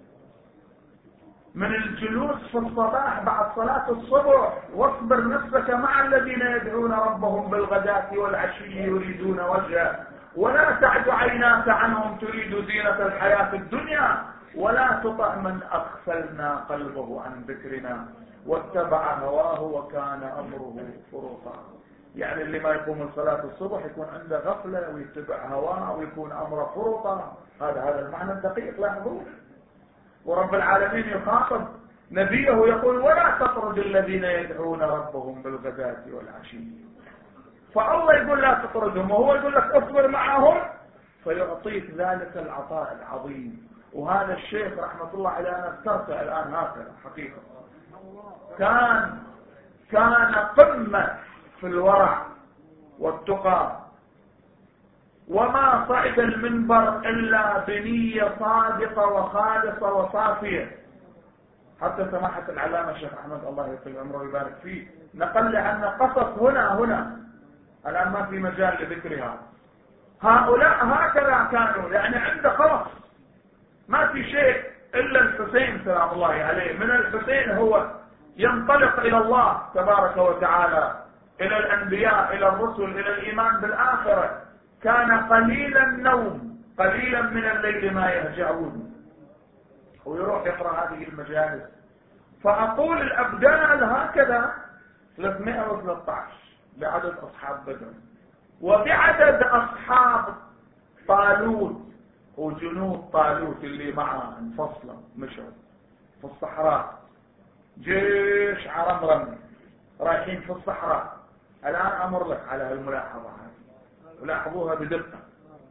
من الجلوس في الصباح بعد صلاة الصبح. واصبر نفسك مع الذين يدعون ربهم بالغداة والعشي يريدون وجهه ولا تعد عيناك عنهم تريد زينة الحياة الدنيا ولا تطع من أغفلنا قلبه عن ذكرنا واتبع هواه وكان أمره فرطا. يعني اللي ما يقوم الصلاة الصبح يكون عنده غفلة ويتبع هواه ويكون أمره فرطا. هذا هذا المعنى الدقيق. لاحظوا ورب العالمين يخاطب نبيه يقول ولا تطرد الذين يدعون ربهم بالغداة والعشي. فالله يقول لا تطردهم وهو يقول لك اصبر معهم فيعطيك ذلك العطاء العظيم. وهذا الشيخ رحمة الله عليه أنا استرجع الآن هكذا حقيقة كان كان قمة في الورع والتقى، وما صعد المنبر إلا بنية صادقة وخالصة وصافية. حتى سماحة العلامة الشيخ أحمد الله يطول عمره ويبارك فيه نقل عنا قصص هنا هنا الآن ما في مجال لذكرها. هؤلاء هكذا كانوا، يعني عنده خلص ما في شيء إلا الحسين سلام الله عليه. من الحسين هو ينطلق إلى الله تبارك وتعالى، إلى الأنبياء، إلى الرسل، إلى الإيمان بالآخرة. كان قليل النوم، قليلا من الليل ما يهجعون، ويروح يقرأ هذه المجالس. فأقول الأبدال هكذا ثلاثمائة وثلاثة عشر بعدد أصحاب بدر، وبعدد أصحاب طالوت وجنود طالوت اللي معه انفصلوا مشوا في الصحراء. جيش عرمرم رايحين في الصحراء. الآن أمر لك على الملاحظة هذه ولاحظوها بدقة.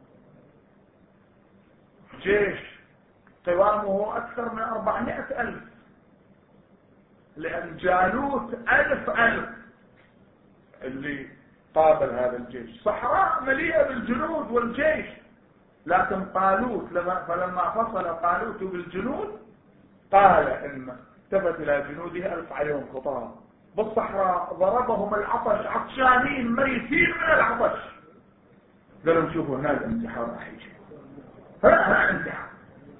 جيش قوامه أكثر من أربعمائة ألف، لأن جالوت ألف ألف اللي قابل هذا الجيش. صحراء مليئة بالجنود والجيش، لكن طالوت لما فلما فصل طالوت بالجنود قال إن التفت إلى جنوده ألف عليهم خطاب بالصحراء ضربهم العطش عطشانين ميتين من العطش. قالوا شوفوا هنا الانتحار راح يجي، هنا هنا انتحار.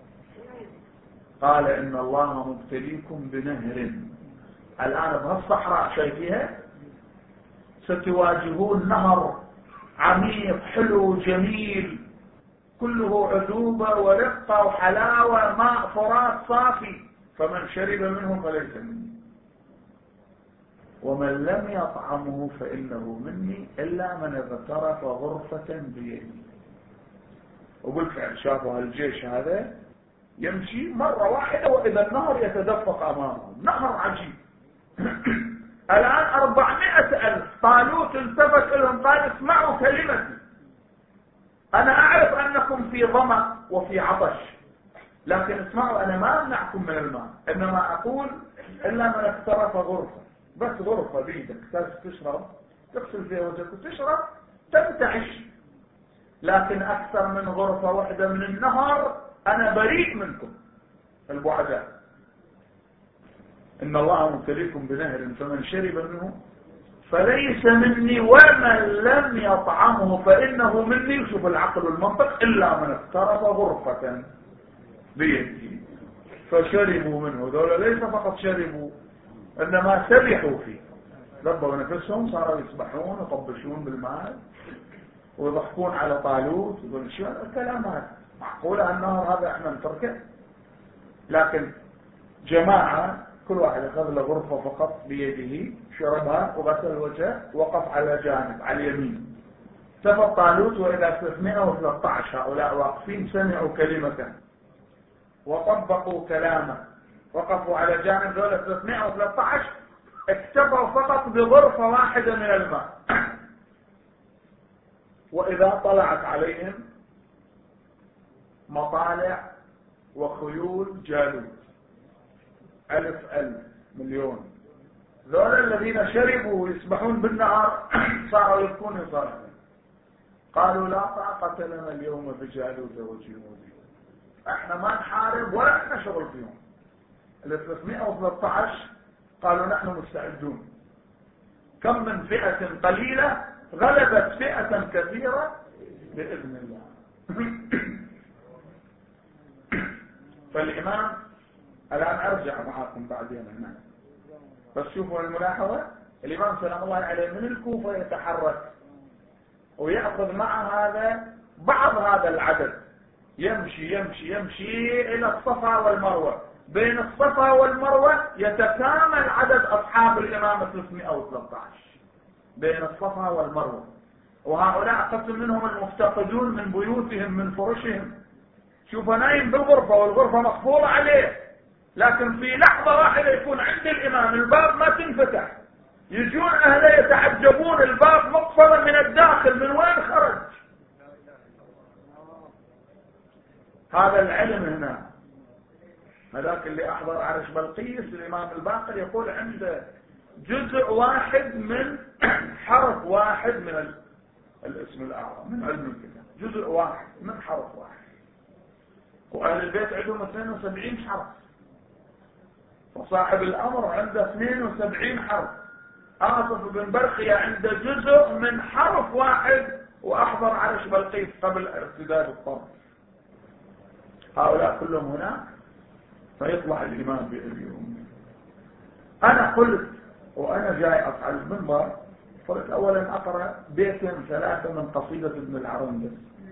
قال إن الله مبتليكم بنهر. الآن بهالصحراء شايفيها ستواجهون نهر عميق حلو جميل كله عذوبة ورقة وحلاوة ماء فرات صافي، فمن شرب منه فليس مني ومن لم يطعمه فإنه مني إلا من اغترف غرفة بيده. وبالفعل شافوا هالجيش هذا يمشي مرة واحدة وإذا النهر يتدفق أمامه، نهر عجيب. الآن أربعمائة ألف. طالوت التفت لهم قال اسمعوا كلمتي، أنا أعرف أنكم في ظمأ وفي عطش، لكن اسمعوا أنا ما أمنعكم من الماء، إنما أقول إلا من اقترف غرفة، بس غرفة بيدك تشرب تغسل فيها وجهك وتشرب تنتعش، لكن أكثر من غرفة واحدة من النهر أنا بريء منكم البعداء. إن الله مبتليكم بنهر فمن شرب منه فليس مني ومن لم يطعمه فإنه مني. شوف العقل والمنطق. إلا من اقترف غرفة بيده فشربوا منه. دول ليس فقط شربوا إنما سبحوا فيه، ربوا نفسهم صاروا يسبحون ويطبشون بالماء ويضحكون على طالوت. يقول شو الكلام هذا؟ معقولة النهر هذا احنا نتركه؟ لكن جماعة كل واحد أخذ له غرفة فقط بيده، شربها وغسل وجهه، وقف على جانب على اليمين. سفر طالوت وإلى ثلاثمائة وثلاثة عشر هؤلاء واقفين سمعوا كلمة وطبقوا كلامه، وقفوا على جانب ذولا ثلاثمائة وثلاثة عشر، اكتفوا فقط بغرفة واحدة من الماء. وإذا طلعت عليهم مطالع وخيول جالوت، ألف ألف مليون. ذولا الذين شربوا ويسبحون بالنهار صاروا يبكون يصرخون، قالوا لا طاقة لنا اليوم بجالوت وجنوده، احنا ما نحارب ولا احنا شغل فيهم. ال ثلاثمائة وثلاثة عشر قالوا نحن مستعدون. كم من فئة قليلة غلبت فئة كثيرة بإذن الله. فالإمام الآن أرجع معكم بعدين هنا، بس شوفوا الملاحظة. الإمام سلام الله عليه من الكوفة يتحرك ويأخذ مع هذا بعض هذا العدد، يمشي يمشي يمشي إلى الصفا والمروة. بين الصفا والمروة يتكامل عدد أصحاب الإمام ثلاثمائة وثلاثة عشر بين الصفا والمروة. وهؤلاء قسم منهم المفتقدون من بيوتهم من فرشهم. شوف نايم بالغرفة والغرفة مقفولة عليه، لكن في لحظة واحدة يكون عند الإمام الباب ما تنفتح، يجون أهله يتعجبون الباب مقفل من الداخل، من وين خرج؟ هذا العلم هنا. هذاك اللي أحضر عرش بلقيس الإمام الباقر يقول عنده جزء واحد من حرف واحد من الاسم الأعظم من علم الكتاب، جزء واحد من حرف واحد. وأهل البيت عندهم اثنين وسبعين حرف، وصاحب الأمر عنده اثنين وسبعين حرف. آصف بن برخية عنده جزء من حرف واحد وأحضر عرش بلقيس قبل ارتداد الطرف. هؤلاء كلهم هنا، فيطلع الإمام بأبي وأمي. أنا قلت وأنا جاي أصعد المنبر، قلت أولا أقرأ بيتين ثلاثة من قصيدة ابن العرندس،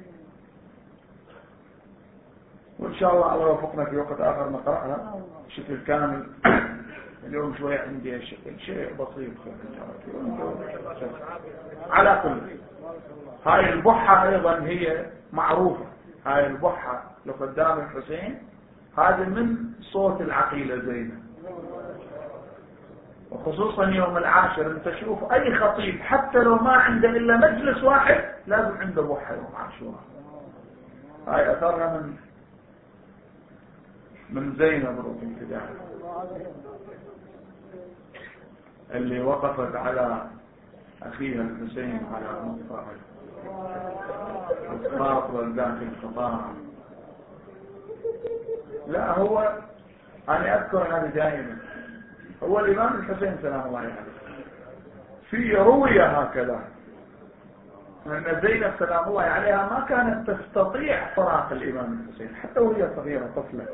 وإن شاء الله الله يوفقنا في وقت آخر نقرأها بشكل كامل. اليوم شوية عندي شيء شيء بسيط. على كل، هاي البحة أيضا هي معروفة. هاي البحة لقدام الحسين هذا من صوت العقيلة زينب، وخصوصا يوم العاشر انت شوف اي خطيب حتى لو ما عنده الا مجلس واحد لازم عنده بحة يوم عاشوراء. هاي اثرها من من زينب رضي الله عنها اللي وقفت على اخيها الحسين على مصطفى الخاطر داخل الخطاع. لا هو انا اذكر هذا دائما، هو الامام الحسين سلام الله عليه في روية هكذا ان زينب سلام الله عليها ما كانت تستطيع فراق الامام الحسين حتى وهي صغيرة طفلة،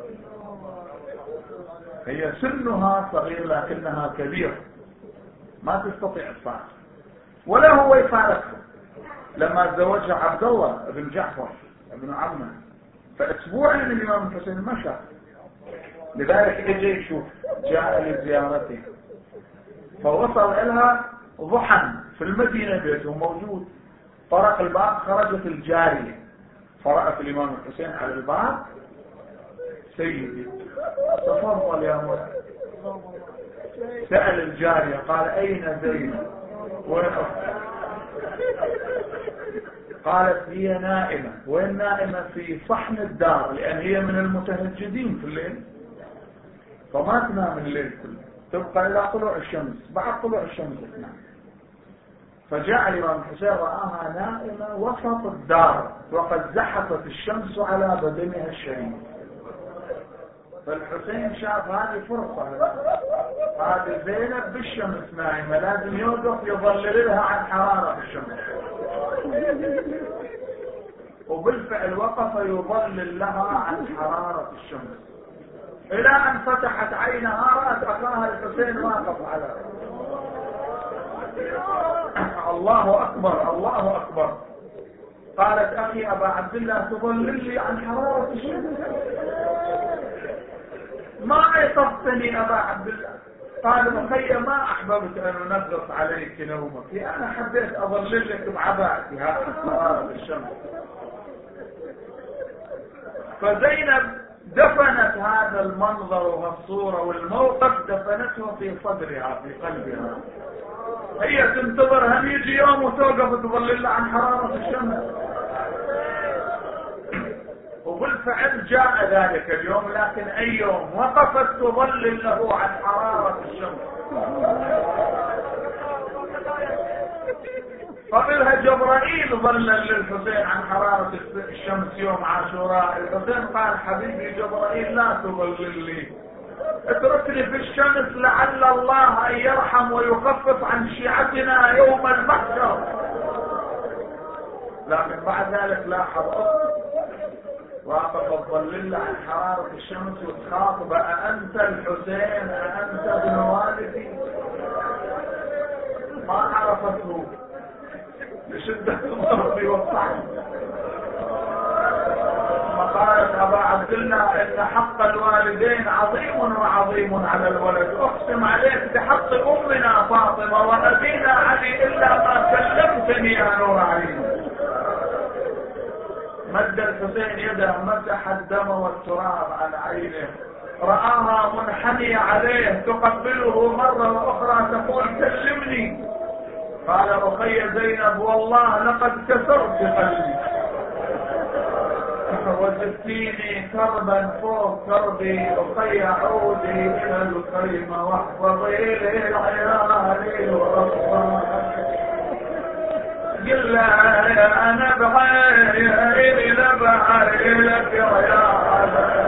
هي سنها صغير لكنها كبيرة ما تستطيع الفراق، ولا هو يفارقها. لما تزوجها عبد الله بن جعفر ابن عمه فاسبوعين الامام الحسين ما شاف، لذلك اجى يشوف، جاء لزيارته فوصل لها ضحى في المدينة بيته موجود، طرق الباب خرجت الجارية فرأت الامام الحسين على الباب، سيدي تفضل يا مولاي. سأل الجارية قال اين زينب وين اختك؟ قالت هي نائمة. وين نائمة؟ في صحن الدار، لأن هي من المتهجدين في الليل فما تنام الليل كله، تبقى إلى طلوع الشمس، بعد طلوع الشمس تنام. فجاء الإمام الحسين رآها نائمة وسط الدار وقد زحفت الشمس على بدنها الشريف، فالحسين شاف هذه فرصة، هذه زينب بالشمس نائمة لازم يوقف يظلل لها عن حرارة الشمس، وبالفعل وقف يظلل لها عن حرارة الشمس إلى أن فتحت عينها رأت أخاها الحسين واقف على الله أكبر الله أكبر. قالت أخي أبا عبد الله تظلل لي عن حرارة الشمس؟ أيقظتني أبا عبد الله؟ قال رقية ما أحببت أن أنغص عليك نومك، أنا حبيت أظللك بعباءتي هذا الشمس. فزينب دفنت هذا المنظر والصورة والموقف، دفنته في صدرها في قلبها. هي تنتظر هم يجي يوم وتوقف تظلل عن حرارة الشمس، وبالفعل جاء ذلك اليوم، لكن أي يوم وقفت تظلل له عن حرارة الشمس. قبلها جبرائيل ظلل للحسين عن حرارة الشمس يوم عاشوراء. الحسين قال حبيبي جبرائيل لا تظلل لي، اتركني في الشمس لعل الله ان يرحم ويخفف عن شيعتنا يوم المحشر. لكن بعد ذلك لاحظ واقف تظلل عن حرارة الشمس وتخاطب أأنت الحسين أأنت ابن والدي؟ ما عرفته لشدة الضرب والطعن. قالت أبا عبد الله إن حق الوالدين عظيم وعظيم على الولد، أقسم عليك بحق أمنا فاطمة وأبينا علي إلا ما كلمتني يا نور عيني. مد الحسين يده مسح الدم والتراب عن عينه، رآها منحنية عليه تقبله مرة وأخرى تقول كلمني. قال رقية زينب والله لقد كسرت قلبي وزدتيني كربا فوق كربي، رقية عودي إلى الخيمة واحفظي لي العيالي ورفضي. قل لها أنا بعيني لبعي لك ريالي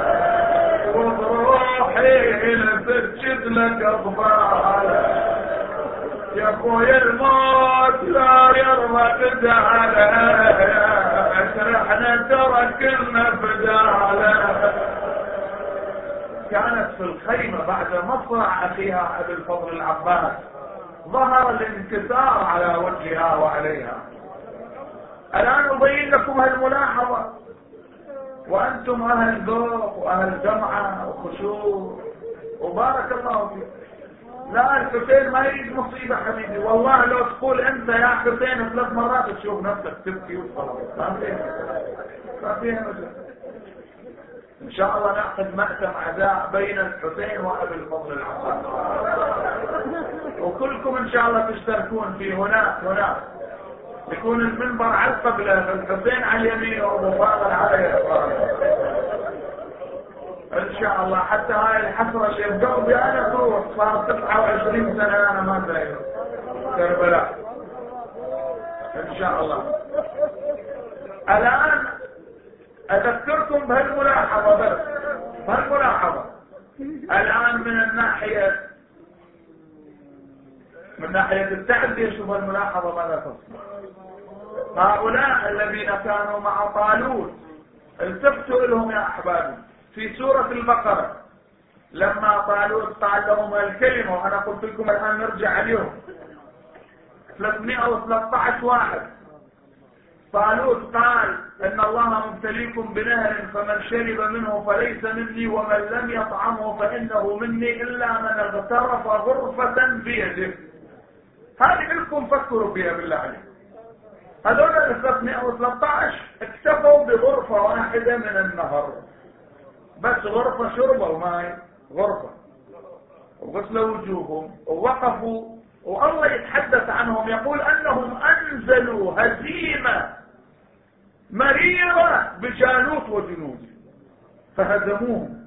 وبروحي لسجد لك أضفالي. يا اخوي الموت لا يرضى بداله، احنا تركنا بداله. كانت في الخيمة بعد مصرع اخيها ابي الفضل العباس، ظهر الانكسار على وجهها وعليها. الان ابين لكم هالملاحظة وانتم اهل ذوق واهل جمعة وخشوع وبارك الله فيكم. لا الحسين ما يريد مصيبة حبيبي، والله لو تقول انت يا حسين ثلاث مرات تشوف نفسك تبكي وتصلي. ما فيها ما فيها مجال. ان شاء الله نعقد مأتم عزاء بين الحسين وابي الفضل العباس، وكلكم ان شاء الله تشتركون في هناك هناك يكون المنبر على القبلة، الحسين على اليمين وابو فاضل على اليسار ان شاء الله. حتى هاي الحسرة اللي يبدأوا بها انا تروح، صار تسعة وعشرين سنة انا ما زايد كربلاء ان شاء الله. الان اذكركم بهالملاحظة بس، بهالملاحظة الان من الناحية من ناحية التعدي. شوف الملاحظة ماذا تصنع. هؤلاء الذين كانوا مع طالوت التفتوا لهم يا احبابي في سورة البقرة لما طالوت قال لهم الكلمة، وانا قلت لكم الان نرجع عليهم ثلاثمائة وثلاثة عشر واحد. طالوت قال ان الله مبتليكم بنهر فمن شرب منه فليس مني ومن لم يطعمه فانه مني الا من اغترف غرفة بيده. هذه لكم فكروا فيها بالله عليكم. هذول ال ثلاثمائة وثلاثة عشر اكتفوا بغرفة واحدة من النهر، بس غرفة شربوا ماي غرفة، وغسلوا وجوههم ووقفوا، والله يتحدث عنهم يقول انهم انزلوا هزيمة مريرة بجالوت وجنوده فهزموهم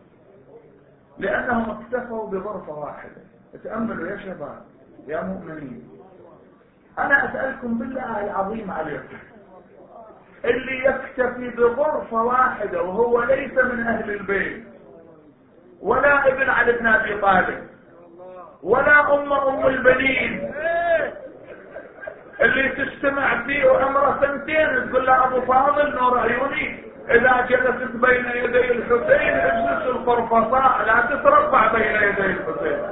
لانهم اكتفوا بغرفة واحدة. تأملوا يا شباب يا مؤمنين، انا اسألكم بالله العظيم عليكم، اللي يكتفي بغرفة واحدة وهو ليس من اهل البيت ولا ابن علي بن ابي طالب ولا ام ام البنين، اللي تجتمع فيه عمره سنتين تقول له ابو فاضل نور عيوني اذا جلست بين يدي الحسين اجلس القرفصاء لا تتربع بين يدي الحسين.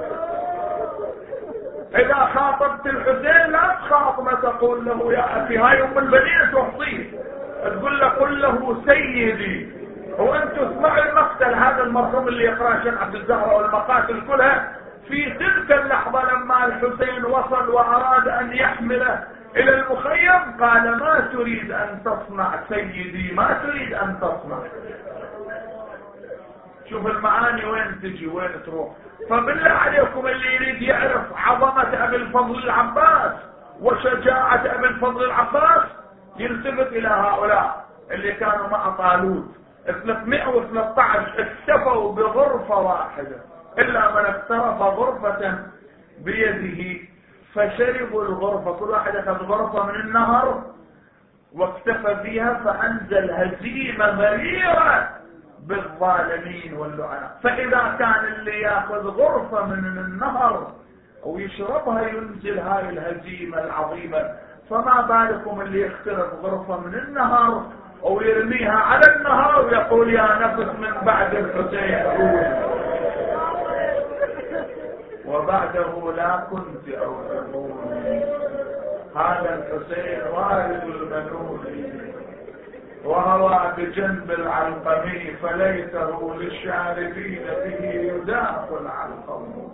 اذا خاطبت الحسين لا تخاطبه تقول له يا اخي، هاي ام البنين تحصيه تقول له قل له سيدي. وانتم اسمعوا المقتل هذا المرحوم اللي يقرأ شيخ عبد الزهراء والمقاتل كلها، في تلك اللحظة لما الحسين وصل وأراد أن يحمله إلى المخيم قال ما تريد أن تصنع سيدي، ما تريد أن تصنع. شوف المعاني وين تجي وين تروح. فبالله عليكم اللي يريد يعرف عظمة أبي الفضل العباس وشجاعة أبي الفضل العباس يلتفت إلى هؤلاء اللي كانوا مع طالوت ثلاثمائة وثلاثة عشر اكتفوا بغرفة واحدة، إلا من اقترف غرفة بيده فشربوا الغرفة، كل واحد أخذ غرفة من النهر واكتفى بها، فأنزل هزيمة مريرة بالظالمين واللعناء. فإذا كان اللي يأخذ غرفة من النهر ويشربها ينزل هاي الهزيمة العظيمة، فما بالكم اللي يخترق غرفة من النهر ويرميها على النهر ويقول يا نفس من بعد الحسين وبعده لا كنت أو تقول هذا الحسين وارد المنون وهو بجنب العلقمي فليته للشاربين به يداق العلقم.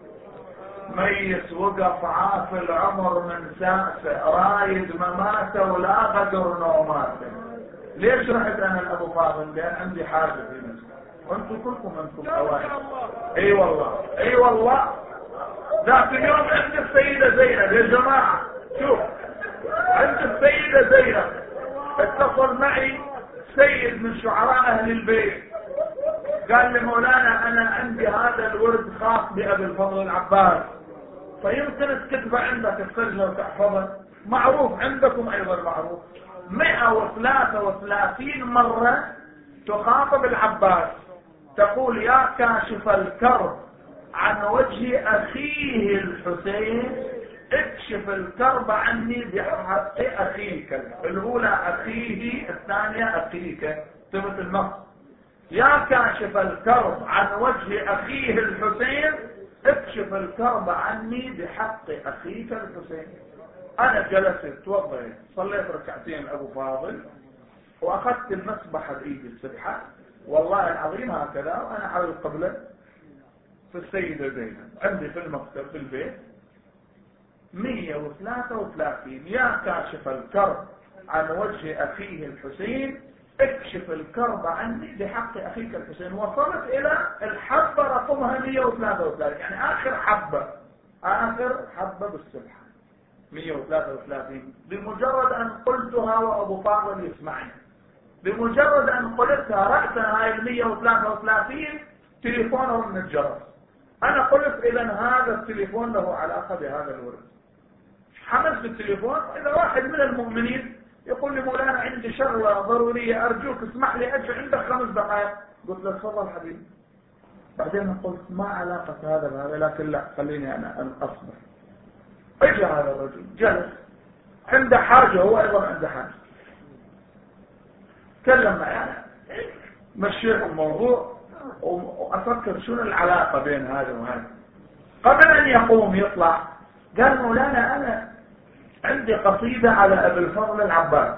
ميس وقف عاف العمر من ساسه رايد مماته ولا قدر نوماته. ليش رحت انا لابو فاضل؟ لان عندي حاجه في نفسي وانتم كلكم انتم اوائل. اي والله اي والله. ذاك اليوم عند السيده زينب يا جماعه، شوف عند السيده زينب اتصل معي سيد من شعراء اهل البيت قال لي مولانا انا عندي هذا الورد خاص بابي الفضل العباس، فيمكن تكتبه عندك تسجله وتحفظه. معروف عندكم ايضا معروف. مئة وثلاثة وثلاثين مرة تخاطب العباس تقول يا كاشف الكرب عن وجه اخيه الحسين اكشف الكرب عني بحق اخيك. الاولى اخيه، الثانية اخيك، ثبت النص. يا كاشف الكرب عن وجه اخيه الحسين اكشف الكرب عني بحق اخيك الحسين. انا جلست توضيت صليت ركعتين ابو فاضل واخذت المسبحة بايدي السبحة والله العظيم هكذا وانا على القبلة في السيدة زينب عندي في المكتب في البيت مئة وثلاثة وثلاثين. يا كاشف الكرب عن وجه اخيه الحسين اكشف الكرب عني بحق اخيك الحسين. وصلت الى الحبة رقمها مئة وثلاثة وثلاثين، يعني اخر حبة اخر حبة بالسبحة مئة وثلاثة وثلاثين. بمجرد ان قلتها وابو فاضل يسمعني، بمجرد ان قلتها رأسا هاي المئة وثلاثة وثلاثين تليفونه من الجرس. انا قلت اذا هذا التليفون له علاقة بهذا الورد. حملت التليفون، اذا واحد من المؤمنين يقول لي مولانا عندي شغلة ضرورية ارجوك اسمح لي اجي عندك خمس دقائق. قلت له تفضل حبيبي. بعدين قلت ما علاقة هذا بهذا، لكن لا خليني انا اصبر. اجى هذا الرجل جلس عنده حاجة، هو ايضا عنده حاجة، تكلم معي انا مشيت الموضوع وافكر شنو العلاقة بين هذا وهذا. قبل ان يقوم يطلع قال مولانا انا عندي قصيدة على ابي الفضل العباس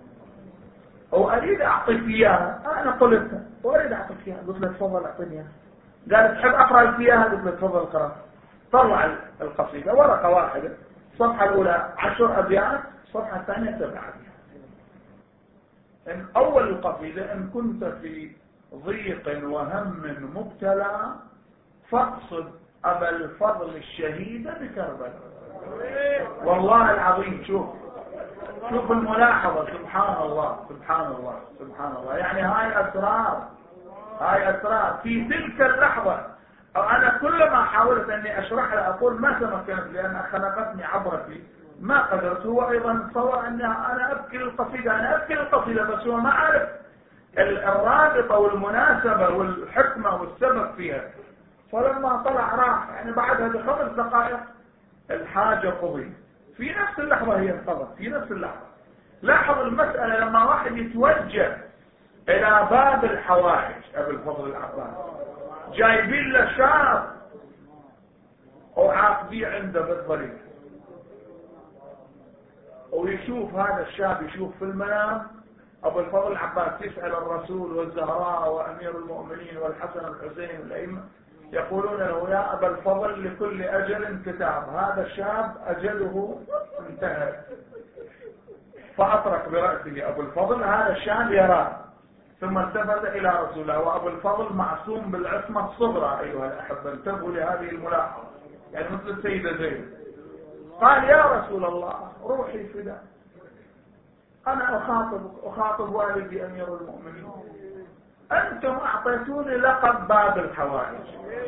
واريد اعطيك اياها. انا قلت واريد اعطيك اياها. قلت له تفضل اعطيني اياها. قال تحب اقرا لك اياها؟ قلت له تفضل اقرا. طلع القصيدة ورقة واحدة، الصفحة الاولى عشر ابيات، الصفحة الثانية سبع ابيات. ان اول القصيدة ان كنت في ضيق وهم مبتلى فاقصد ابا الفضل الشهيد بكربلاء. والله العظيم شوف شوف الملاحظة، سبحان الله سبحان الله سبحان الله. يعني هاي اسرار، هاي اسرار في تلك اللحظة. انا كلما حاولت اني اشرح له اقول ما تمكنت لان خلقتني عبرتي ما قدرت. هو ايضا صور ان انا ابكي القصيدة، انا ابكي القصيدة بس هو ما عرف الرابطة والمناسبة والحكمة والسبب فيها. فلما طلع راح يعني بعدها بخمس دقائق الحاجة قضيت، في نفس اللحظة هي انقضت في نفس اللحظة. لاحظ المسألة لما واحد يتوجه الى باب الحوائج ابو الفضل العباس جايبين له شاب وعاقديه عنده بالطريق ويشوف هذا الشاب يشوف في المنام أبو الفضل العباس يسأل الرسول والزهراء وأمير المؤمنين والحسن والحسين والأئمة، يقولون له يا أبا الفضل لكل أجل كتاب، هذا الشاب أجله انتهى. فأطرق برأسه أبو الفضل هذا الشاب يراه، ثم التفت إلى رسول الله، وأبو الفضل معصوم بالعصمة الصغرى أيها الأحبة، انتبهوا لهذه الملاحظة، يعني مثل السيدة زينب. قال يا رسول الله روحي فداء، أنا أخاطبك أخاطب والدي أمير المؤمنين، أنتم أعطيتوني لقب باب الحوائج،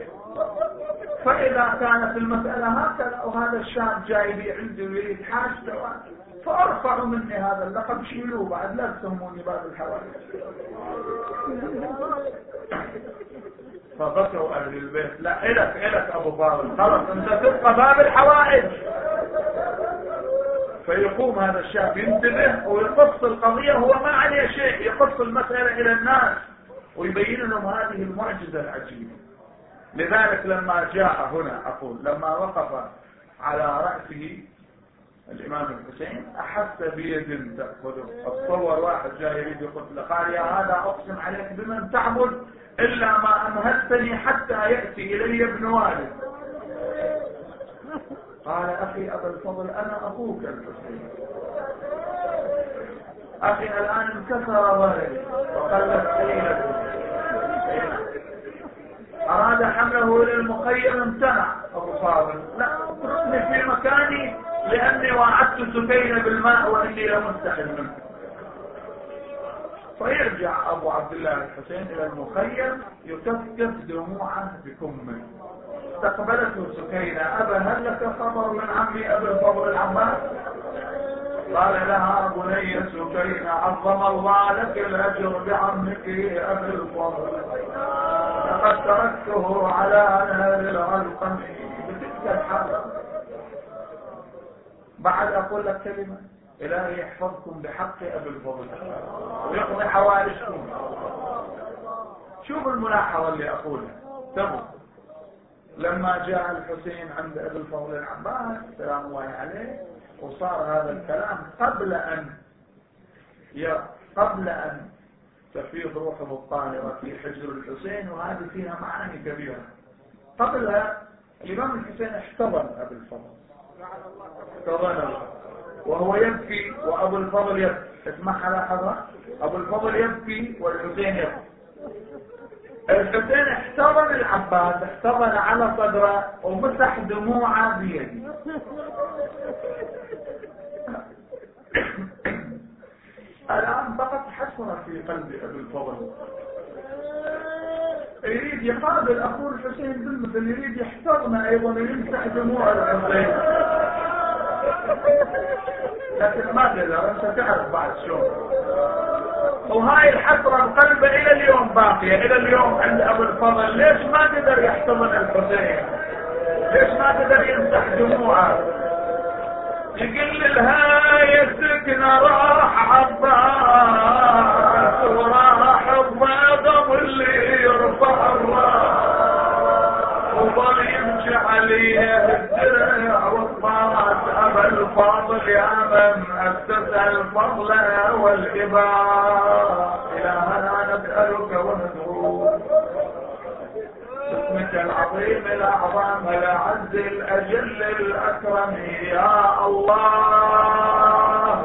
فإذا كانت المسألة هكذا وهذا الشاب جاي لي عندي ويريد حاجته فأرفعوا مني هذا اللقب، شيلوه بعد لا تسموني باب الحوائج. فبكوا أهل البيت، لا إلك إلك أبو فاضل، خلاص أنت تبقى باب الحوائج. فيقوم هذا الشاب ينتبه ويقص القضية، هو ما عليه شيء، يقص المسألة إلى الناس ويبين لهم هذه المعجزة العجيبة. لذلك لما جاء هنا أقول لما وقف على رأسه الإمام الحسين أحس بيد تأخذه، اتصور واحد جاي يريد يقتله، قال يا هذا أقسم عليك بمن تعبد إلا ما أمهلتني حتى يأتي إلي ابن والد. قال أخي أبا الفضل أنا أخوك الحسين، أخي الآن انكسر ظهري وقلت سيلته، أراد حمله إلى المخيم امتنع أبو فاضل، لا اتركني في مكاني لأني وعدت سكينة بالماء وإني لمستحل منه. فيرجع أبو عبد الله الحسين إلى المخيم يكفكف دموعه بكمه. استقبلته سكينة، أبا هل لك خبر من عمي أبي الفضل العباس؟ قال لها بني سكينة عظم الله لك الأجر بعمك أبي الفضل، لقد تركته على نار العلقم بتلك الحالة. بعد أقول لك كلمة، إلهي يحفظكم بحق أبي الفضل ويقضي حوائجكم. شوفوا الملاحظة اللي أقولها، تبوا لما جاء الحسين عند أبي الفضل العباس سلام الله عليه وصار هذا الكلام قبل أن قبل أن تفيض روحه الطاهرة في حجر الحسين، وهذه فيها معاني كبيرة. قبلها الإمام الحسين احتضن أبي الفضل، احتضنه وهو يبكي وأبو الفضل يبكي. اسمعها لحظة، أبو الفضل يبكي والحسين يبكي. الحسين احتضن العباس، احتضن على صدره ومسح دموعه بيده. الآن فقط حسرة في قلب أبي الفضل، يريد يقابل أخوه الحسين بالمثل، يريد يحتضنه أيضا ويمسح دموع الحسين، لكن ما قدر. انت تعرف بعد شلون، وهاي الحسرة القلب الى اليوم باقية الى اليوم عند ابو الفضل. ليش ما قدر يحتضن الحسين؟ ليش ما قدر يمسح دموعه؟ يقول لها يا سكنة راح عباس وراح الضغم اللي يرفع الراس، وظل يمشي عليه الدرع والطاس. أبا الفاضل يا من أسس الفضل والإباء، إلهنا نسألك وندعوك باسمك العظيم الأعظم الأعز الأجل الأكرم يا الله.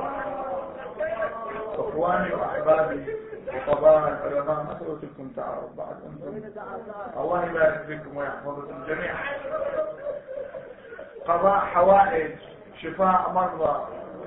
إخواني وأحبابي وقضاء العلماء، مسؤولتكم تعرف بعد أنتم، الله يبارك فيكم ويحفظكم جميعا. قضاء حوائج، شفاء مرضى،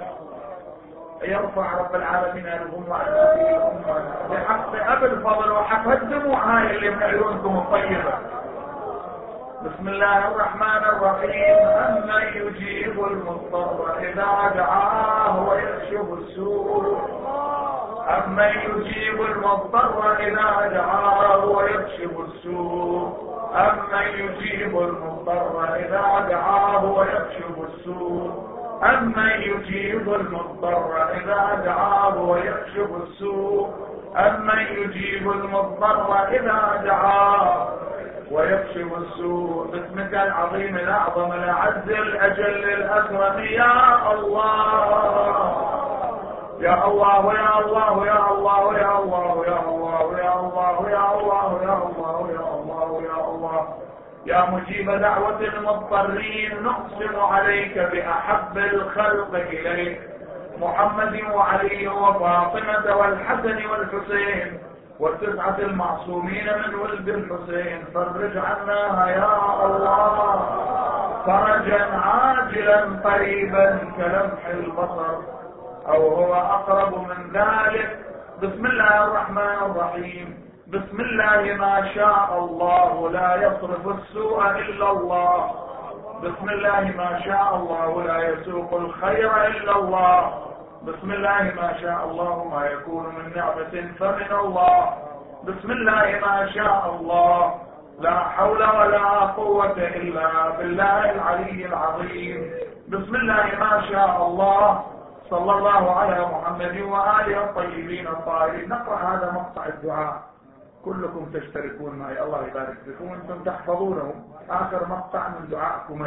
يرفع رب العالمين الغمة عن هذه الأمة بحق أبي الفضل وحق الدموع هاي اللي من عيونكم الطيبة. بسم الله الرحمن الرحيم. أمن يجيب المضطر إذا دعاه ويكشف السوء، أمن يجيب المضطر إذا دعاه ويكشف السوء، أمن يجيب المضطر إذا دعاه ويكشف السوء، أمن يجيب المضطر إذا دعاه ويكشف السوء، أمن يجيب المضطر إذا دعاه ويكشف السوء. باسمك العظيم الأعظم الأعز الأجل الأكرم يا الله، يا الله يا الله يا الله يا الله يا الله يا الله يا الله يا الله يا الله يا الله يا مجيب دعوة المضطرين، نقسم عليك بأحب الخلق إليك محمد وعلي وفاطمة والحسن والحسين والتسعة المعصومين من ولد الحسين، فرج عناها يا الله فرجا عاجلا قريبا كلمح البصر أو هو أقرب من ذلك. بسم الله الرحمن الرحيم. بسم الله ما شاء الله لا يصرف السوء إلا الله. بسم الله ما شاء الله لا يسوق الخير إلا الله. بسم الله ما شاء الله ما يكون من نعمة فمن الله. بسم الله ما شاء الله لا حول ولا قوة إلا بالله العلي العظيم. بسم الله ما شاء الله. صلى الله على محمد وآله الطيبين الطاهرين. نقرأ هذا مقطع الدعاء، كلكم تشتركون معي، الله يبارك فيكم وانتم تحفظونه، آخر مقطع من دعائكم.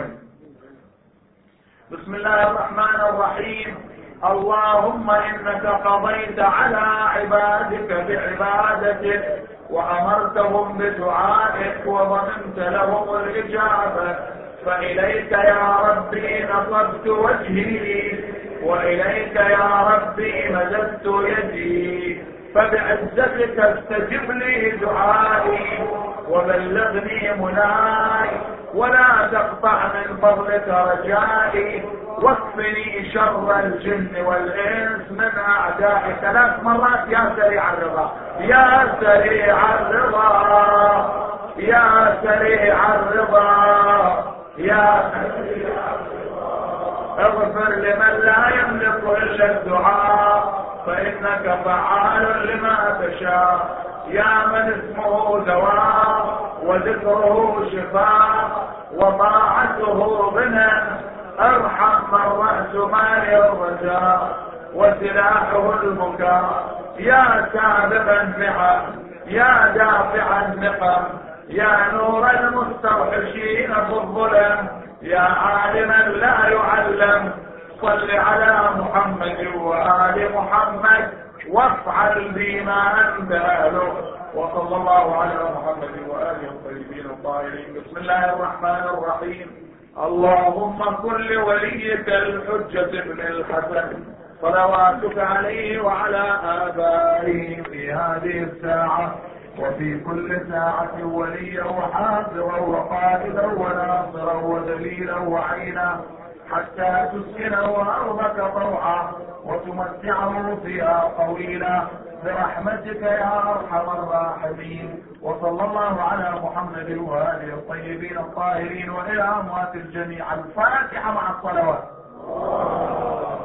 بسم الله الرحمن الرحيم. اللهم إنك قضيت على عبادك بعبادتك وأمرتهم بدعائك وضمنت لهم الإجابة، فإليك يا ربي نصبت وجهي وإليك يا ربي مددت يدي، فبعزتك استجب لي دعائي وبلغني مناي ولا تقطع من فضلك رجائي، واكفني شر الجن والإنس من أعدائي. ثلاث مرات يا سريع الرضا يا سريع الرضا يا سريع الرضا يا سريع الرضا. اغفر لمن لا يملك إلا الدعاء فإنك فعال لما تشاء. يا من اسمه دواء وذكره شفاء وطاعته غنى، ارحم من رأس مال الرجاء وسلاحه البكاء. يا سابق النعم يا دافع النقم يا نور المستوحشين في الظلم يا عالما لا يعلم، صل على محمد وآل محمد وافعل بما أنت أهله. وصلى الله على محمد وآله الطيبين الطاهرين. بسم الله الرحمن الرحيم. اللهم كن لوليك الحجة بن الحسن صلواتك عليه وعلى آبائه في هذه الساعة وفي كل ساعة وليا وحافظا وقائدا وناصرا ودليلا وعينا، حتى تسكنه أرضك طوعا وتمتعه فيها طويلا برحمتك يا أرحم الراحمين. وصلى الله على محمد وآله الطيبين الطاهرين وإلى أموات الجميع. الفاتحة مع الصلوات.